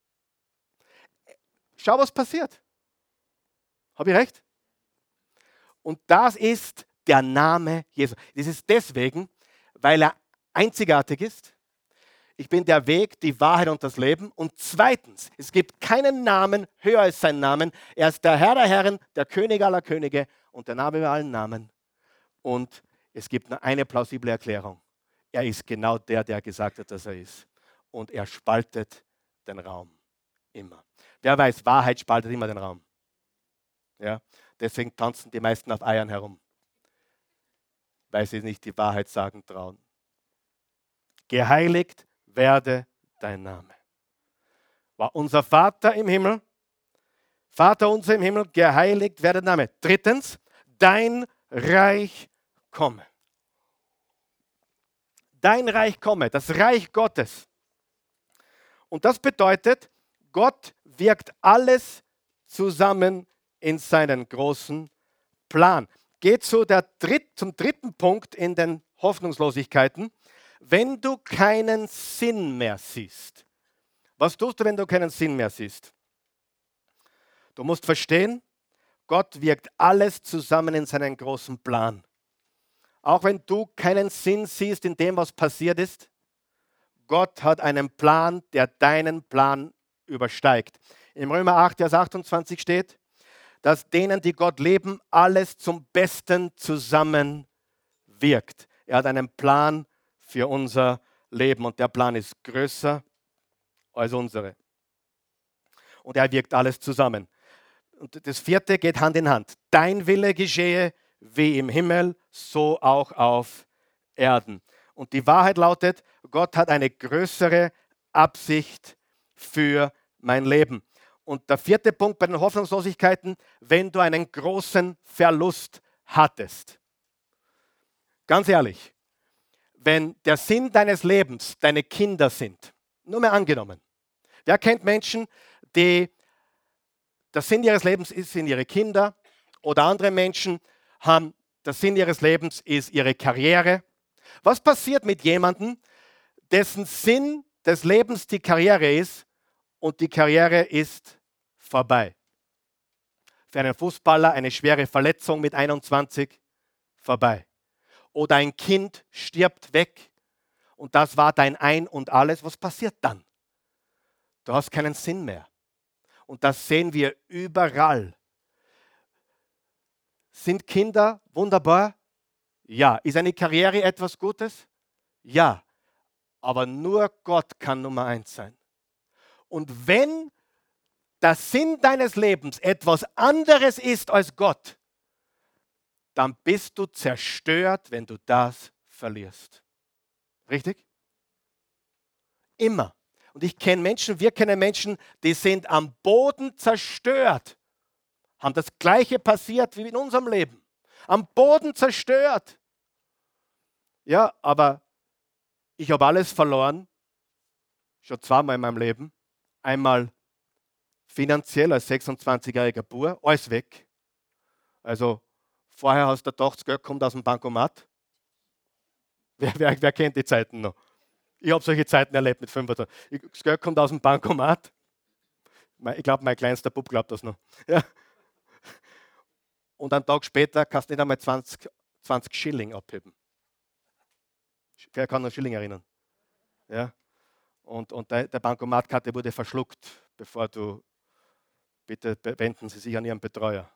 Speaker 1: schau, was passiert. Habe ich recht? Und das ist der Name Jesus. Das ist deswegen, weil er einzigartig ist. Ich bin der Weg, die Wahrheit und das Leben. Und zweitens, es gibt keinen Namen höher als sein Namen. Er ist der Herr der Herren, der König aller Könige und der Name über allen Namen. Und es gibt nur eine plausible Erklärung. Er ist genau der, der gesagt hat, dass er ist. Und er spaltet den Raum immer. Wer weiß, Wahrheit spaltet immer den Raum. Ja? Deswegen tanzen die meisten auf Eiern herum, weil sie nicht die Wahrheit sagen trauen. Geheiligt werde dein Name. War unser Vater im Himmel, Vater unser im Himmel, geheiligt werde dein Name. Drittens, dein Reich komme. Dein Reich komme, das Reich Gottes. Und das bedeutet, Gott wirkt alles zusammen in seinen großen Plan. Geht zu der Dritt, zum dritten Punkt in den Hoffnungslosigkeiten. Wenn du keinen Sinn mehr siehst. Was tust du, wenn du keinen Sinn mehr siehst? Du musst verstehen, Gott wirkt alles zusammen in seinen großen Plan. Auch wenn du keinen Sinn siehst in dem, was passiert ist, Gott hat einen Plan, der deinen Plan übersteigt. Im Römer acht, Vers achtundzwanzig steht, dass denen, die Gott leben, alles zum Besten zusammen wirkt. Er hat einen Plan für unser Leben und der Plan ist größer als unsere. Und er wirkt alles zusammen. Und das vierte geht Hand in Hand. Dein Wille geschehe wie im Himmel, so auch auf Erden. Und die Wahrheit lautet, Gott hat eine größere Absicht für mein Leben. Und der vierte Punkt bei den Hoffnungslosigkeiten, wenn du einen großen Verlust hattest. Ganz ehrlich, wenn der Sinn deines Lebens deine Kinder sind, nur mal angenommen. Wer kennt Menschen, die der Sinn ihres Lebens ist in ihre Kinder oder andere Menschen haben, der Sinn ihres Lebens ist ihre Karriere. Was passiert mit jemandem, dessen Sinn des Lebens die Karriere ist und die Karriere ist vorbei? Für einen Fußballer eine schwere Verletzung mit einundzwanzig, vorbei. Oder ein Kind stirbt weg und das war dein Ein und Alles. Was passiert dann? Du hast keinen Sinn mehr. Und das sehen wir überall. Sind Kinder wunderbar? Ja. Ist eine Karriere etwas Gutes? Ja. Aber nur Gott kann Nummer eins sein. Und wenn der Sinn deines Lebens etwas anderes ist als Gott, dann bist du zerstört, wenn du das verlierst. Richtig? Immer. Und ich kenne Menschen, wir kennen Menschen, die sind am Boden zerstört. Haben das Gleiche passiert wie in unserem Leben. Am Boden zerstört. Ja, aber ich habe alles verloren. Schon zweimal in meinem Leben. Einmal finanziell als sechsundzwanzigjähriger Bub, alles weg. Also vorher hast du gedacht, das Geld kommt aus dem Bankomat. Wer, wer, wer kennt die Zeiten noch? Ich habe solche Zeiten erlebt mit fünfundzwanzig. Das Geld kommt aus dem Bankomat. Ich glaube, mein kleinster Bub glaubt das noch. Ja. Und einen Tag später kannst du nicht einmal zwanzig, zwanzig Schilling abheben. Wer kann noch Schilling erinnern? Ja. Und, und der, der Bankomatkarte wurde verschluckt, bevor du, bitte wenden Sie sich an Ihren Betreuer.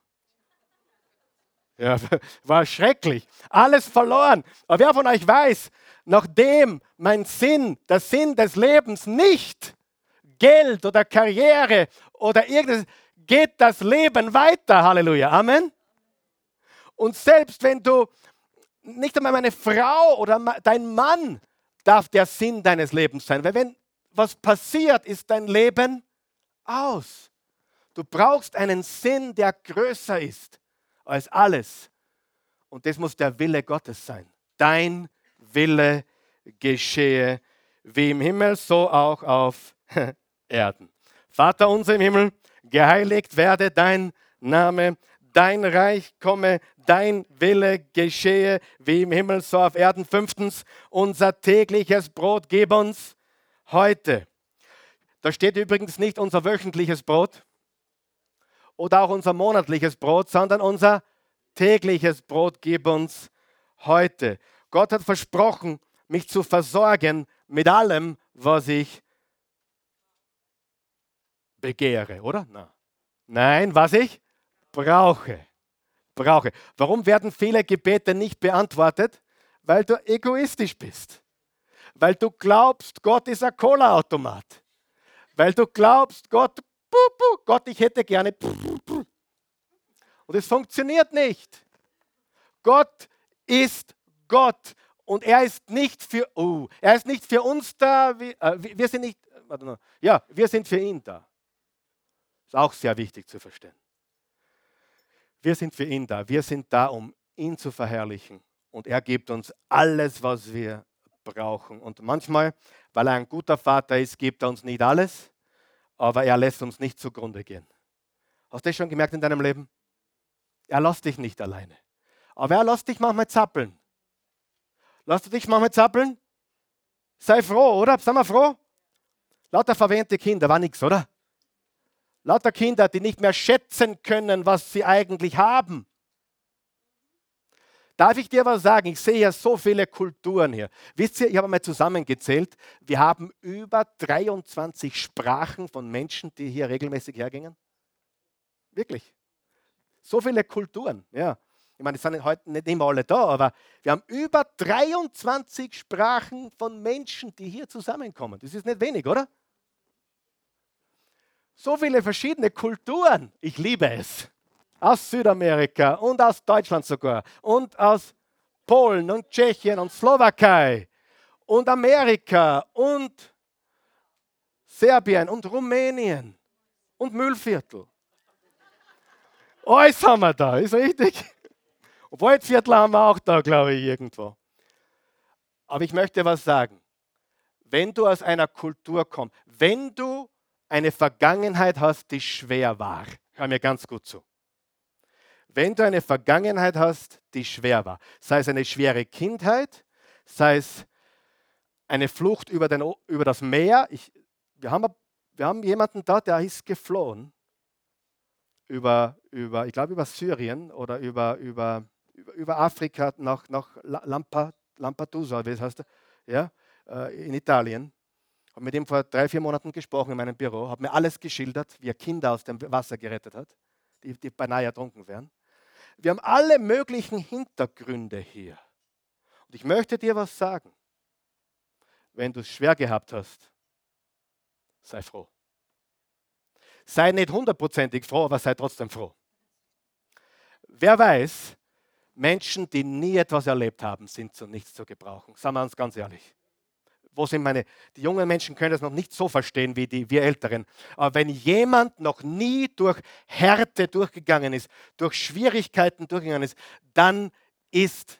Speaker 1: Ja, war schrecklich. Alles verloren. Aber wer von euch weiß, nachdem mein Sinn, der Sinn des Lebens nicht Geld oder Karriere oder irgendwas, geht das Leben weiter. Halleluja. Amen. Und selbst wenn du, nicht einmal meine Frau oder dein Mann darf der Sinn deines Lebens sein. Weil wenn was passiert, ist dein Leben aus. Du brauchst einen Sinn, der größer ist als alles. Und das muss der Wille Gottes sein. Dein Wille geschehe wie im Himmel, so auch auf Erden. Vater unser im Himmel, geheiligt werde dein Name, dein Reich komme, dein Wille geschehe wie im Himmel, so auf Erden. Fünftens, unser tägliches Brot gib uns heute. Da steht übrigens nicht unser wöchentliches Brot oder auch unser monatliches Brot, sondern unser tägliches Brot gib uns heute. Gott hat versprochen, mich zu versorgen mit allem, was ich begehre, oder? Nein, was ich brauche. brauche. Warum werden viele Gebete nicht beantwortet? Weil du egoistisch bist. Weil du glaubst, Gott ist ein Cola-Automat. Weil du glaubst, Gott, puh, puh, Gott, ich hätte gerne. Puh, puh, puh. Und es funktioniert nicht. Gott ist Gott. Und er ist nicht für, oh, er ist nicht für uns da. Wir, äh, wir sind nicht, warte mal, ja, wir sind für ihn da. Ist auch sehr wichtig zu verstehen. Wir sind für ihn da. Wir sind da, um ihn zu verherrlichen und er gibt uns alles, was wir brauchen. Und manchmal, weil er ein guter Vater ist, gibt er uns nicht alles, aber er lässt uns nicht zugrunde gehen. Hast du das schon gemerkt in deinem Leben? Er lässt dich nicht alleine. Aber er lässt dich manchmal zappeln. Lässt du dich manchmal zappeln? Sei froh, oder? Sei mal froh. Lauter verwähnte Kinder, war nichts, oder? Lauter Kinder, die nicht mehr schätzen können, was sie eigentlich haben. Darf ich dir was sagen? Ich sehe ja so viele Kulturen hier. Wisst ihr, ich habe mal zusammengezählt, wir haben über dreiundzwanzig Sprachen von Menschen, die hier regelmäßig hergingen. Wirklich. So viele Kulturen, ja. Ich meine, es sind heute nicht immer alle da, aber wir haben über dreiundzwanzig Sprachen von Menschen, die hier zusammenkommen. Das ist nicht wenig, oder? So viele verschiedene Kulturen. Ich liebe es. Aus Südamerika und aus Deutschland sogar und aus Polen und Tschechien und Slowakei und Amerika und Serbien und Rumänien und Müllviertel. Alles haben wir da, ist richtig. Waldviertel haben wir auch da, glaube ich, irgendwo. Aber ich möchte was sagen. Wenn du aus einer Kultur kommst, wenn du eine Vergangenheit hast, die schwer war, hör mir ganz gut zu. Wenn du eine Vergangenheit hast, die schwer war, sei es eine schwere Kindheit, sei es eine Flucht über, den, über das Meer. Ich, wir, haben, wir haben jemanden da, der ist geflohen über, über ich glaube, über Syrien oder über, über, über, über Afrika nach, nach Lampa, Lampedusa, wie heißt das? Ja, in Italien. Ich habe mit ihm vor drei, vier Monaten gesprochen in meinem Büro, habe mir alles geschildert, wie er Kinder aus dem Wasser gerettet hat, die, die beinahe ertrunken wären. Wir haben alle möglichen Hintergründe hier. Und ich möchte dir was sagen. Wenn du es schwer gehabt hast, sei froh. Sei nicht hundertprozentig froh, aber sei trotzdem froh. Wer weiß, Menschen, die nie etwas erlebt haben, sind zu nichts zu gebrauchen. Sagen wir uns ganz ehrlich. Wo sind meine, die jungen Menschen können das noch nicht so verstehen wie die, wir Älteren. Aber wenn jemand noch nie durch Härte durchgegangen ist, durch Schwierigkeiten durchgegangen ist, dann ist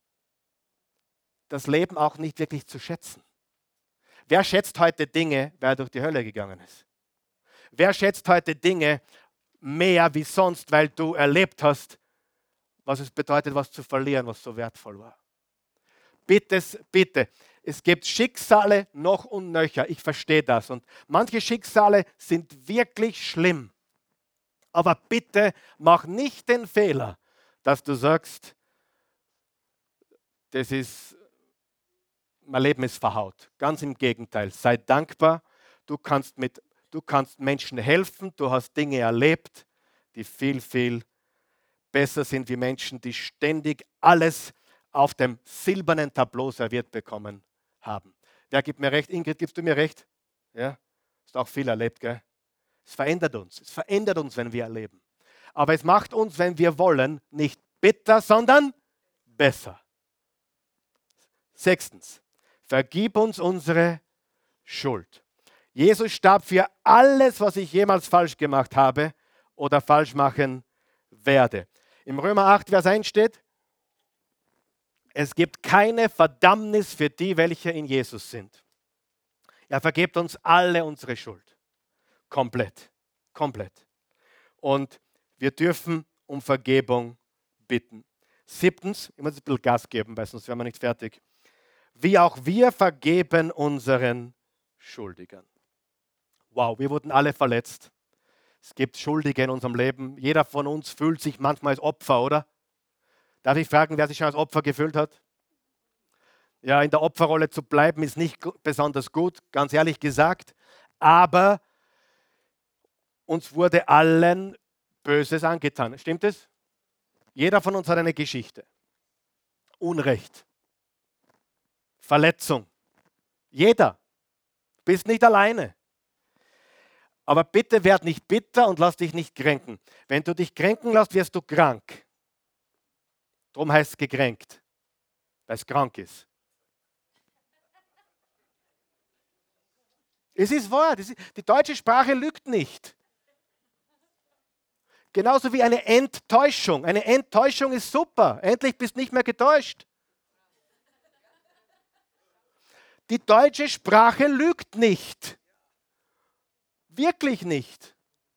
Speaker 1: das Leben auch nicht wirklich zu schätzen. Wer schätzt heute Dinge, weil er durch die Hölle gegangen ist? Wer schätzt heute Dinge mehr wie sonst, weil du erlebt hast, was es bedeutet, was zu verlieren, was so wertvoll war? Bitte, bitte. Es gibt Schicksale noch und nöcher, ich verstehe das. Und manche Schicksale sind wirklich schlimm. Aber bitte mach nicht den Fehler, dass du sagst, das ist, mein Leben ist verhaut. Ganz im Gegenteil, sei dankbar. Du kannst, mit, du kannst Menschen helfen, du hast Dinge erlebt, die viel, viel besser sind wie Menschen, die ständig alles auf dem silbernen Tableau serviert bekommen haben. Wer gibt mir recht? Ingrid, gibst du mir recht? Ja, hast auch viel erlebt, gell? Es verändert uns. Es verändert uns, wenn wir erleben. Aber es macht uns, wenn wir wollen, nicht bitter, sondern besser. Sechstens, vergib uns unsere Schuld. Jesus starb für alles, was ich jemals falsch gemacht habe oder falsch machen werde. Im Römer acht, Vers eins steht, es gibt keine Verdammnis für die, welche in Jesus sind. Er vergibt uns alle unsere Schuld. Komplett. Komplett. Und wir dürfen um Vergebung bitten. Siebtens, ich muss ein bisschen Gas geben, weil sonst wären wir nicht fertig. Wie auch wir vergeben unseren Schuldigern. Wow, wir wurden alle verletzt. Es gibt Schuldige in unserem Leben. Jeder von uns fühlt sich manchmal als Opfer, oder? Darf ich fragen, wer sich schon als Opfer gefühlt hat? Ja, in der Opferrolle zu bleiben ist nicht besonders gut, ganz ehrlich gesagt. Aber uns wurde allen Böses angetan. Stimmt es? Jeder von uns hat eine Geschichte. Unrecht. Verletzung. Jeder. Du bist nicht alleine. Aber bitte werd nicht bitter und lass dich nicht kränken. Wenn du dich kränken lässt, wirst du krank. Darum heißt es gekränkt, weil es krank ist. Es ist wahr, das ist, die deutsche Sprache lügt nicht. Genauso wie eine Enttäuschung. Eine Enttäuschung ist super. Endlich bist du nicht mehr getäuscht. Die deutsche Sprache lügt nicht. Wirklich nicht.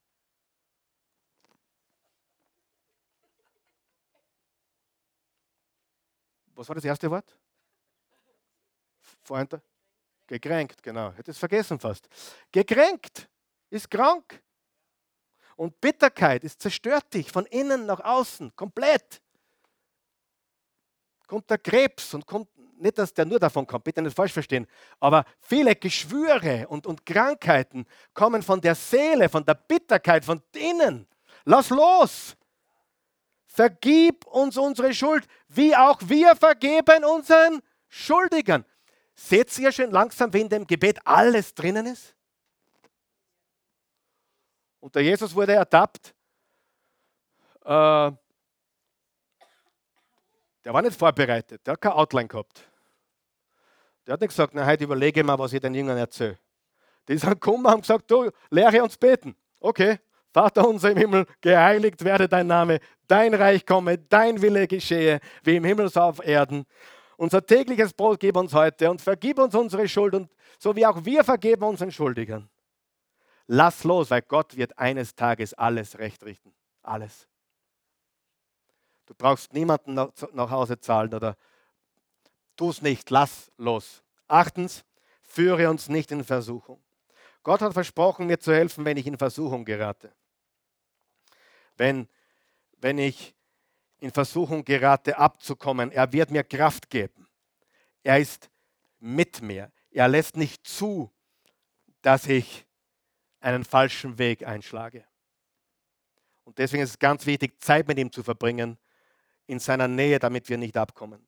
Speaker 1: Was war das erste Wort? Vorhin da? Gekränkt, genau. Hätte es vergessen fast. Gekränkt ist krank. Und Bitterkeit ist zerstört dich von innen nach außen, komplett. Kommt der Krebs und kommt, nicht, dass der nur davon kommt, bitte nicht falsch verstehen, aber viele Geschwüre und, und Krankheiten kommen von der Seele, von der Bitterkeit, von innen. Lass los! Vergib uns unsere Schuld, wie auch wir vergeben unseren Schuldigern. Seht ihr schon langsam, wie in dem Gebet alles drinnen ist? Und der Jesus wurde ertappt. Äh, der war nicht vorbereitet, der hat kein Outline gehabt. Der hat nicht gesagt, na, heute überlege mal, was ich den Jüngern erzähle. Die sind gekommen und haben gesagt, du, lehre uns beten. Okay, Vater unser im Himmel, geheiligt werde dein Name, dein Reich komme, dein Wille geschehe, wie im Himmel so auf Erden. Unser tägliches Brot gib uns heute und vergib uns unsere Schuld, und so wie auch wir vergeben unseren Schuldigern. Lass los, weil Gott wird eines Tages alles recht richten. Alles. Du brauchst niemanden nach, nach Hause zahlen oder tu es nicht, lass los. Achtens, führe uns nicht in Versuchung. Gott hat versprochen, mir zu helfen, wenn ich in Versuchung gerate. Wenn, wenn ich in Versuchung gerate, abzukommen, er wird mir Kraft geben. Er ist mit mir. Er lässt nicht zu, dass ich einen falschen Weg einschlage. Und deswegen ist es ganz wichtig, Zeit mit ihm zu verbringen, in seiner Nähe, damit wir nicht abkommen.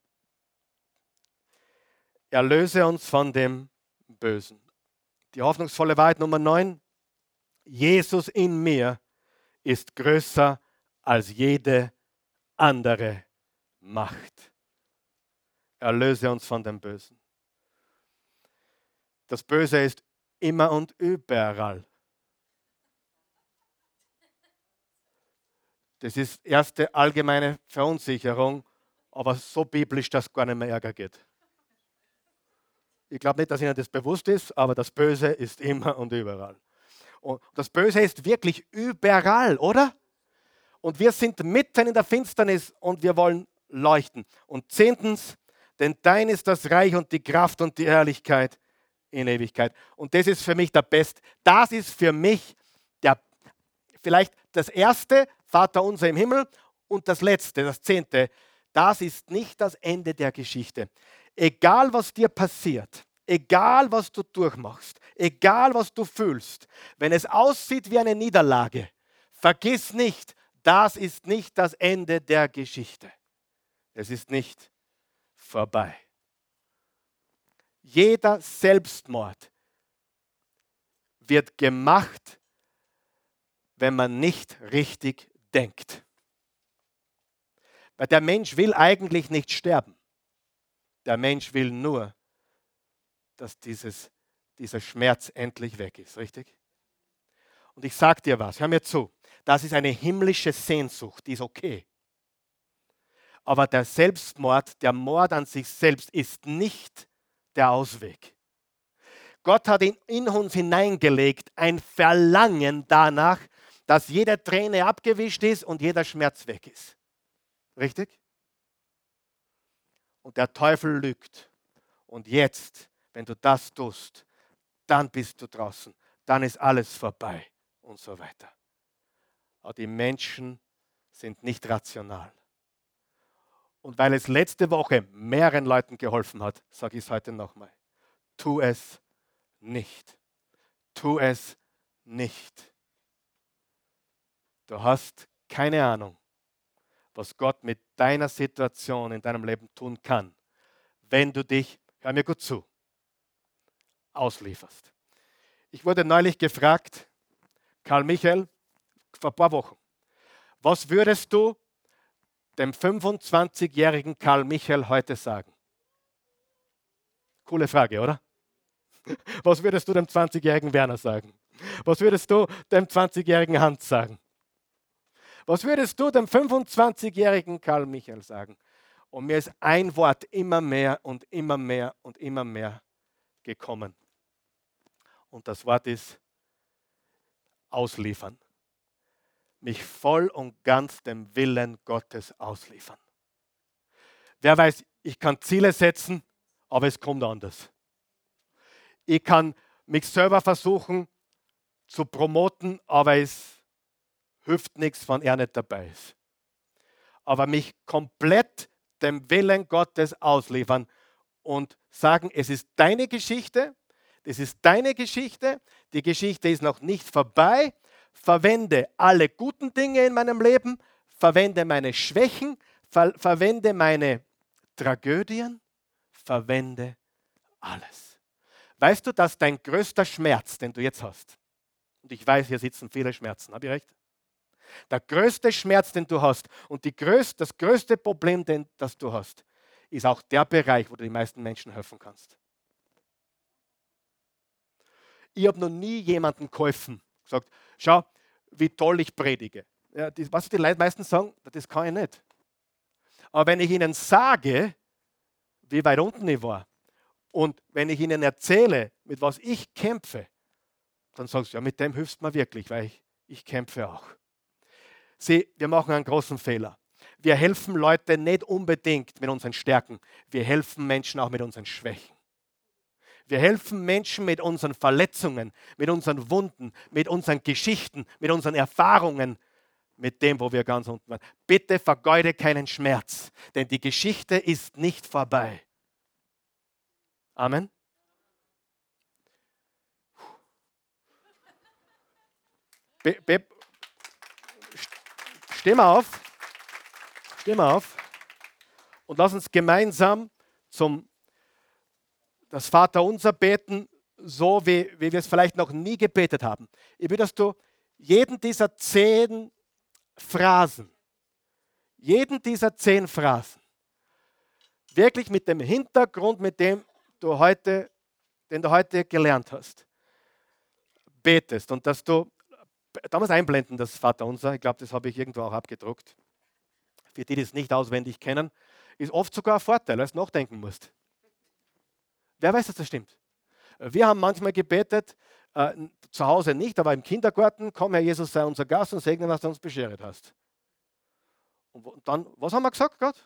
Speaker 1: Erlöse uns von dem Bösen. Die hoffnungsvolle Wahrheit Nummer neun. Jesus in mir ist größer als jede andere Macht. Erlöse uns von dem Bösen. Das Böse ist immer und überall. Das ist erste allgemeine Verunsicherung, aber so biblisch, dass es gar nicht mehr Ärger geht. Ich glaube nicht, dass Ihnen das bewusst ist, aber das Böse ist immer und überall. Und das Böse ist wirklich überall, oder? Und wir sind mitten in der Finsternis und wir wollen leuchten. Und zehntens, denn dein ist das Reich und die Kraft und die Herrlichkeit in Ewigkeit. Und das ist für mich der Best. Das ist für mich der, vielleicht das erste, Vater unser im Himmel, und das letzte, das zehnte. Das ist nicht das Ende der Geschichte. Egal, was dir passiert, egal, was du durchmachst, egal, was du fühlst, wenn es aussieht wie eine Niederlage, vergiss nicht, das ist nicht das Ende der Geschichte. Es ist nicht vorbei. Jeder Selbstmord wird gemacht, wenn man nicht richtig denkt. Weil der Mensch will eigentlich nicht sterben. Der Mensch will nur, dass dieses, dieser Schmerz endlich weg ist, richtig? Und ich sage dir was, hör mir zu, das ist eine himmlische Sehnsucht, die ist okay. Aber der Selbstmord, der Mord an sich selbst ist nicht der Ausweg. Gott hat in, in uns hineingelegt ein Verlangen danach, dass jede Träne abgewischt ist und jeder Schmerz weg ist. Richtig? Und der Teufel lügt. Und jetzt, wenn du das tust, dann bist du draußen. Dann ist alles vorbei und so weiter. Aber die Menschen sind nicht rational. Und weil es letzte Woche mehreren Leuten geholfen hat, sage ich es heute nochmal. Tu es nicht. Tu es nicht. Du hast keine Ahnung, was Gott mit deiner Situation in deinem Leben tun kann, wenn du dich, hör mir gut zu, auslieferst. Ich wurde neulich gefragt, Karl Michael, vor ein paar Wochen, was würdest du dem fünfundzwanzigjährigen Karl Michael heute sagen? Coole Frage, oder? Was würdest du dem zwanzigjährigen Werner sagen? Was würdest du dem zwanzigjährigen Hans sagen? Was würdest du dem fünfundzwanzigjährigen Karl Michael sagen? Und mir ist ein Wort immer mehr und immer mehr und immer mehr gekommen. Und das Wort ist ausliefern. Mich voll und ganz dem Willen Gottes ausliefern. Wer weiß, ich kann Ziele setzen, aber es kommt anders. Ich kann mich selber versuchen zu promoten, aber es hilft nichts, wenn er nicht dabei ist. Aber mich komplett dem Willen Gottes ausliefern und sagen, es ist deine Geschichte, das ist deine Geschichte, die Geschichte ist noch nicht vorbei. Verwende alle guten Dinge in meinem Leben, verwende meine Schwächen, ver verwende meine Tragödien, verwende alles. Weißt du, dass dein größter Schmerz, den du jetzt hast, und ich weiß, hier sitzen viele Schmerzen, habe ich recht? Der größte Schmerz, den du hast und die größte, das größte Problem, den, das du hast, ist auch der Bereich, wo du den meisten Menschen helfen kannst. Ich habe noch nie jemandem geholfen, gesagt, schau, wie toll ich predige. Ja, das, was die Leute meistens sagen, das kann ich nicht. Aber wenn ich ihnen sage, wie weit unten ich war, und wenn ich ihnen erzähle, mit was ich kämpfe, dann sagst du, ja, mit dem hilfst du mir wirklich, weil ich, ich kämpfe auch. Sieh, wir machen einen großen Fehler. Wir helfen Leuten nicht unbedingt mit unseren Stärken. Wir helfen Menschen auch mit unseren Schwächen. Wir helfen Menschen mit unseren Verletzungen, mit unseren Wunden, mit unseren Geschichten, mit unseren Erfahrungen, mit dem, wo wir ganz unten waren. Bitte vergeude keinen Schmerz, denn die Geschichte ist nicht vorbei. Amen. Be Be Steh mal auf. Steh mal auf. Und lass uns gemeinsam zum das Vaterunser beten, so wie, wie wir es vielleicht noch nie gebetet haben. Ich will, dass du jeden dieser zehn Phrasen, jeden dieser zehn Phrasen, wirklich mit dem Hintergrund, mit dem du heute, den du heute gelernt hast, betest. Und dass du, da muss einblenden, das Vaterunser, ich glaube, das habe ich irgendwo auch abgedruckt. Für die, die es nicht auswendig kennen, ist oft sogar ein Vorteil, weil du nachdenken musst. Wer weiß, dass das stimmt? Wir haben manchmal gebetet, äh, zu Hause nicht, aber im Kindergarten, komm Herr Jesus, sei unser Gast und segne, was du uns beschert hast. Und dann, was haben wir gesagt, Gott?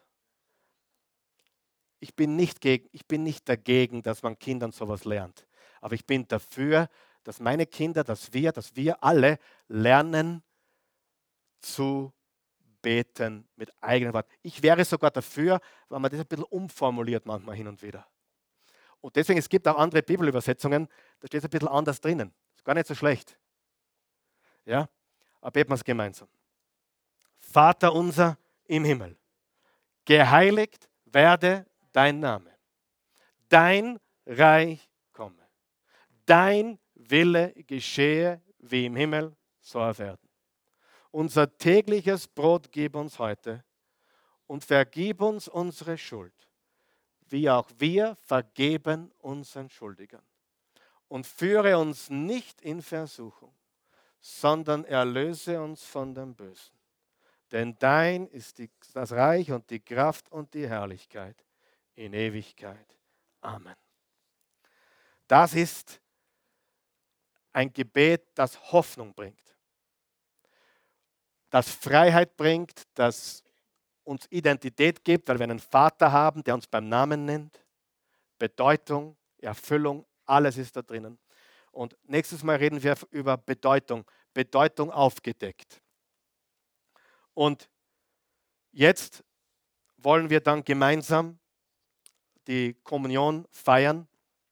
Speaker 1: Ich bin nicht gegen, ich bin nicht dagegen, dass man Kindern sowas lernt. Aber ich bin dafür, dass meine Kinder, dass wir, dass wir alle lernen zu beten mit eigenen Worten. Ich wäre sogar dafür, wenn man das ein bisschen umformuliert manchmal hin und wieder. Und deswegen, es gibt auch andere Bibelübersetzungen, da steht es ein bisschen anders drinnen. Ist gar nicht so schlecht. Ja, aber beten wir es gemeinsam. Vater unser im Himmel, geheiligt werde dein Name. Dein Reich komme. Dein Wille geschehe wie im Himmel, so auf Erden. Unser tägliches Brot gib uns heute und vergib uns unsere Schuld, wie auch wir vergeben unseren Schuldigern. Und führe uns nicht in Versuchung, sondern erlöse uns von dem Bösen. Denn dein ist die, das Reich und die Kraft und die Herrlichkeit in Ewigkeit. Amen. Das ist ein Gebet, das Hoffnung bringt, das Freiheit bringt, das uns Identität gibt, weil wir einen Vater haben, der uns beim Namen nennt. Bedeutung, Erfüllung, alles ist da drinnen. Und nächstes Mal reden wir über Bedeutung. Bedeutung aufgedeckt. Und jetzt wollen wir dann gemeinsam die Kommunion feiern.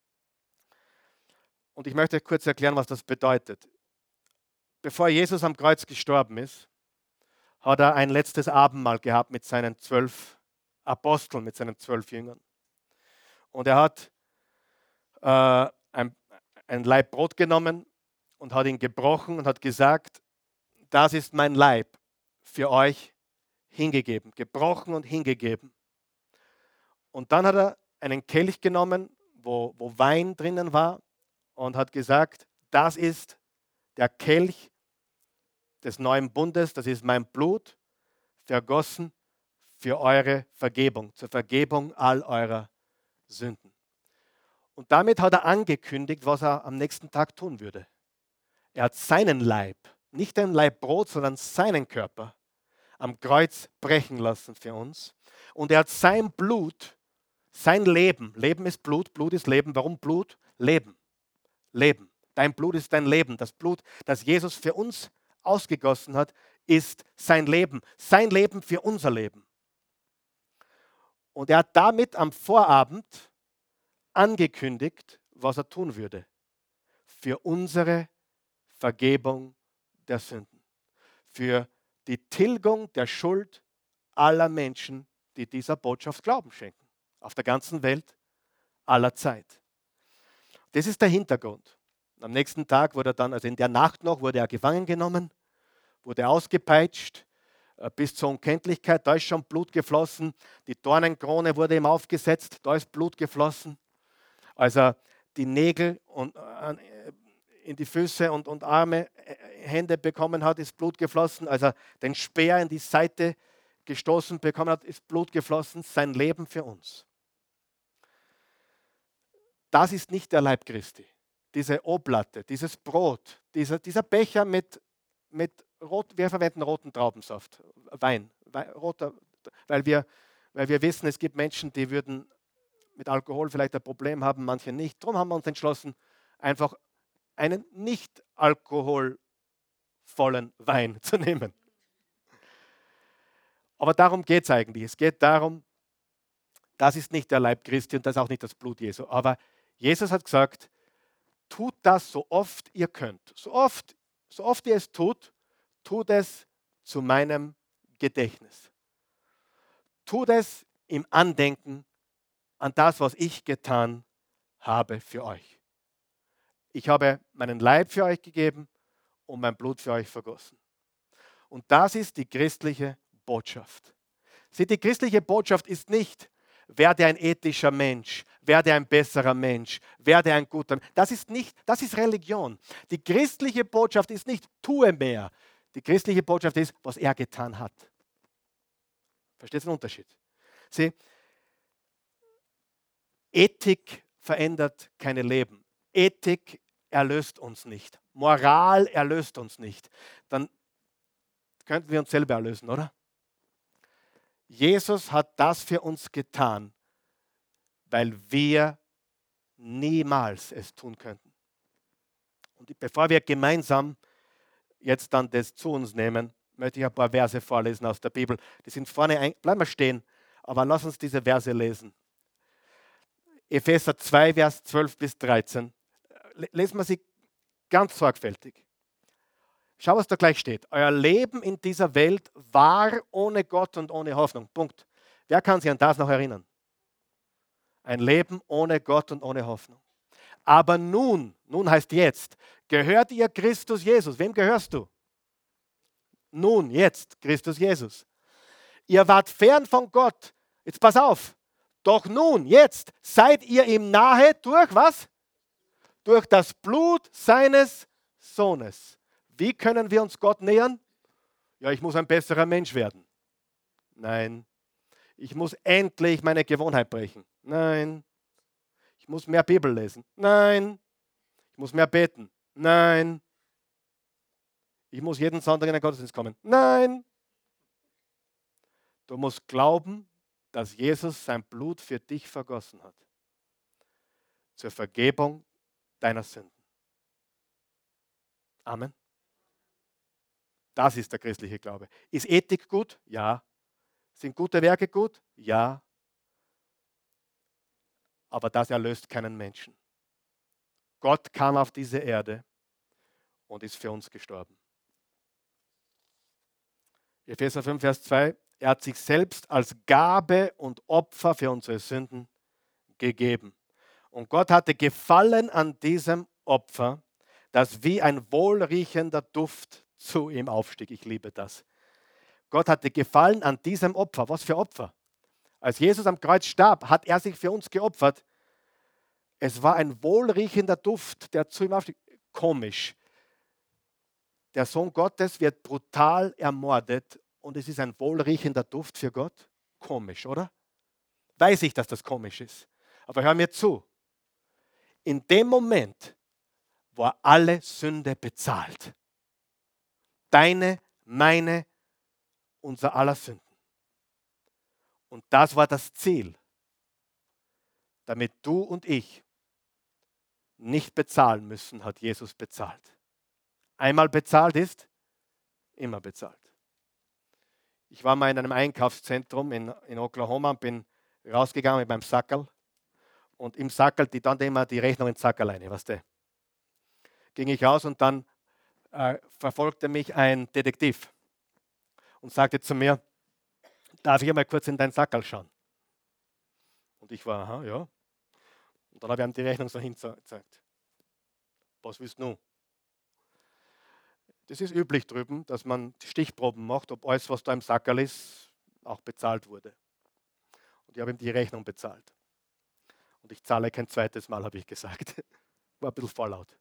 Speaker 1: Und ich möchte kurz erklären, was das bedeutet. Bevor Jesus am Kreuz gestorben ist, hat er ein letztes Abendmahl gehabt mit seinen zwölf Aposteln, mit seinen zwölf Jüngern. Und er hat äh, ein, ein Laib Brot genommen und hat ihn gebrochen und hat gesagt, das ist mein Leib für euch hingegeben, gebrochen und hingegeben. Und dann hat er einen Kelch genommen, wo, wo Wein drinnen war und hat gesagt, das ist der Kelch des neuen Bundes, das ist mein Blut, vergossen für eure Vergebung, zur Vergebung all eurer Sünden. Und damit hat er angekündigt, was er am nächsten Tag tun würde. Er hat seinen Leib, nicht den Leib Brot, sondern seinen Körper am Kreuz brechen lassen für uns. Und er hat sein Blut, sein Leben, Leben ist Blut, Blut ist Leben. Warum Blut? Leben, Leben. Dein Blut ist dein Leben. Das Blut, das Jesus für uns ausgegossen hat, ist sein Leben. Sein Leben für unser Leben. Und er hat damit am Vorabend angekündigt, was er tun würde. Für unsere Vergebung der Sünden. Für die Tilgung der Schuld aller Menschen, die dieser Botschaft Glauben schenken. Auf der ganzen Welt, aller Zeit. Das ist der Hintergrund. Am nächsten Tag wurde er dann, also in der Nacht noch, wurde er gefangen genommen, wurde ausgepeitscht, bis zur Unkenntlichkeit. Da ist schon Blut geflossen. Die Dornenkrone wurde ihm aufgesetzt. Da ist Blut geflossen. Als er die Nägel und, äh, in die Füße und, und Arme, äh, Hände bekommen hat, ist Blut geflossen. Als er den Speer in die Seite gestoßen bekommen hat, ist Blut geflossen. Sein Leben für uns. Das ist nicht der Leib Christi. Diese Oblatte, dieses Brot, dieser, dieser Becher mit, mit Rot, wir verwenden roten Traubensaft, Wein, Wein roter, weil, wir, weil wir wissen, es gibt Menschen, die würden mit Alkohol vielleicht ein Problem haben, manche nicht. Darum haben wir uns entschlossen, einfach einen nicht alkoholvollen Wein zu nehmen. Aber darum geht es eigentlich. Es geht darum, das ist nicht der Leib Christi und das ist auch nicht das Blut Jesu. Aber Jesus hat gesagt, tut das so oft ihr könnt. So oft, so oft ihr es tut, tut es zu meinem Gedächtnis. Tut es im Andenken an das, was ich getan habe für euch. Ich habe meinen Leib für euch gegeben und mein Blut für euch vergossen. Und das ist die christliche Botschaft. Seht, die christliche Botschaft ist nicht, werde ein ethischer Mensch, werde ein besserer Mensch, werde ein guter Mensch. Das ist nicht, das ist Religion. Die christliche Botschaft ist nicht, tue mehr. Die christliche Botschaft ist, was er getan hat. Versteht ihr den Unterschied? Sieh, Ethik verändert keine Leben. Ethik erlöst uns nicht. Moral erlöst uns nicht. Dann könnten wir uns selber erlösen, oder? Jesus hat das für uns getan, weil wir niemals es tun könnten. Und bevor wir gemeinsam jetzt dann das zu uns nehmen, möchte ich ein paar Verse vorlesen aus der Bibel. Die sind vorne, ein, bleiben wir stehen, aber lass uns diese Verse lesen. Epheser zwei, Vers zwölf bis dreizehn. Lesen wir sie ganz sorgfältig. Schau, was da gleich steht. Euer Leben in dieser Welt war ohne Gott und ohne Hoffnung. Punkt. Wer kann sich an das noch erinnern? Ein Leben ohne Gott und ohne Hoffnung. Aber nun, nun heißt jetzt, gehört ihr Christus Jesus. Wem gehörst du? Nun, jetzt, Christus Jesus. Ihr wart fern von Gott. Jetzt pass auf. Doch nun, jetzt, seid ihr ihm nahe durch was? Durch das Blut seines Sohnes. Wie können wir uns Gott nähern? Ja, ich muss ein besserer Mensch werden. Nein. Ich muss endlich meine Gewohnheit brechen. Nein. Ich muss mehr Bibel lesen. Nein. Ich muss mehr beten. Nein. Ich muss jeden Sonntag in den Gottesdienst kommen. Nein. Du musst glauben, dass Jesus sein Blut für dich vergossen hat. Zur Vergebung deiner Sünden. Amen. Das ist der christliche Glaube. Ist Ethik gut? Ja. Sind gute Werke gut? Ja. Aber das erlöst keinen Menschen. Gott kam auf diese Erde und ist für uns gestorben. Epheser fünf, Vers zwei. Er hat sich selbst als Gabe und Opfer für unsere Sünden gegeben. Und Gott hatte Gefallen an diesem Opfer, das wie ein wohlriechender Duft zu ihm aufstieg. Ich liebe das. Gott hatte Gefallen an diesem Opfer. Was für Opfer? Als Jesus am Kreuz starb, hat er sich für uns geopfert. Es war ein wohlriechender Duft, der zu ihm aufstieg. Komisch. Der Sohn Gottes wird brutal ermordet und es ist ein wohlriechender Duft für Gott. Komisch, oder? Weiß ich, dass das komisch ist. Aber hör mir zu. In dem Moment war alle Sünde bezahlt. Deine, meine, unser aller Sünden. Und das war das Ziel, damit du und ich nicht bezahlen müssen, hat Jesus bezahlt. Einmal bezahlt ist, immer bezahlt. Ich war mal in einem Einkaufszentrum in, in Oklahoma und bin rausgegangen mit meinem Sackerl. Und im Sackerl, die dann immer die Rechnung ins Sackerl rein, weißt du. Ging ich raus und dann äh, verfolgte mich ein Detektiv und sagte zu mir, darf ich einmal kurz in dein Sackerl schauen? Und ich war, aha, ja. Und dann habe ich ihm die Rechnung so hingezeigt. Was willst du nun? Das ist üblich drüben, dass man Stichproben macht, ob alles, was da im Sackerl ist, auch bezahlt wurde. Und ich habe ihm die Rechnung bezahlt. Und ich zahle kein zweites Mal, habe ich gesagt. War ein bisschen vorlaut.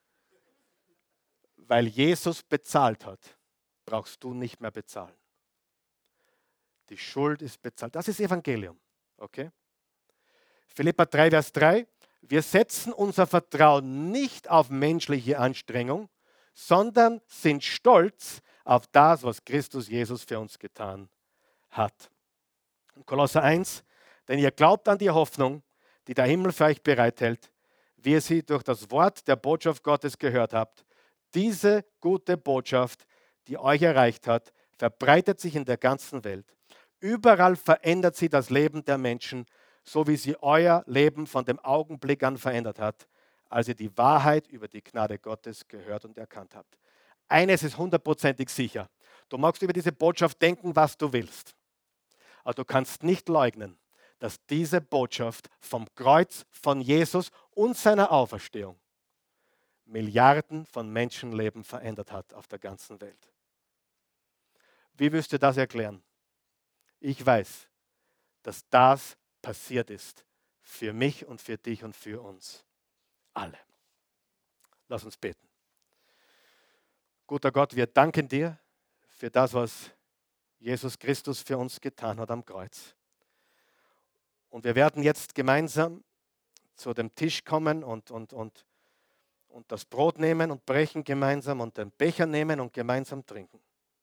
Speaker 1: Weil Jesus bezahlt hat, brauchst du nicht mehr bezahlen. Die Schuld ist bezahlt. Das ist Evangelium. Okay? Philipper drei, Vers drei. Wir setzen unser Vertrauen nicht auf menschliche Anstrengung, sondern sind stolz auf das, was Christus Jesus für uns getan hat. Und Kolosser eins. Denn ihr glaubt an die Hoffnung, die der Himmel für euch bereithält, wie ihr sie durch das Wort der Botschaft Gottes gehört habt. Diese gute Botschaft, die euch erreicht hat, verbreitet sich in der ganzen Welt. Überall verändert sie das Leben der Menschen, so wie sie euer Leben von dem Augenblick an verändert hat, als ihr die Wahrheit über die Gnade Gottes gehört und erkannt habt. Eines ist hundertprozentig sicher. Du magst über diese Botschaft denken, was du willst. Aber du kannst nicht leugnen, dass diese Botschaft vom Kreuz von Jesus und seiner Auferstehung Milliarden von Menschenleben verändert hat auf der ganzen Welt. Wie wirst du das erklären? Ich weiß, dass das passiert ist für mich und für dich und für uns alle. Lass uns beten. Guter Gott, wir danken dir für das, was Jesus Christus für uns getan hat am Kreuz. Und wir werden jetzt gemeinsam zu dem Tisch kommen und, und, und, und das Brot nehmen und brechen gemeinsam und den Becher nehmen und gemeinsam trinken.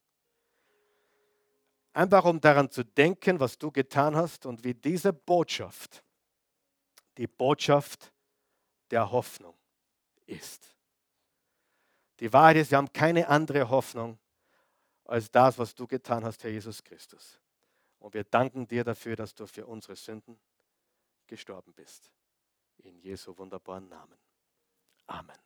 Speaker 1: Einfach um daran zu denken, was du getan hast und wie diese Botschaft die Botschaft der Hoffnung ist. Die Wahrheit ist, wir haben keine andere Hoffnung als das, was du getan hast, Herr Jesus Christus. Und wir danken dir dafür, dass du für unsere Sünden gestorben bist. In Jesu wunderbaren Namen. Amen.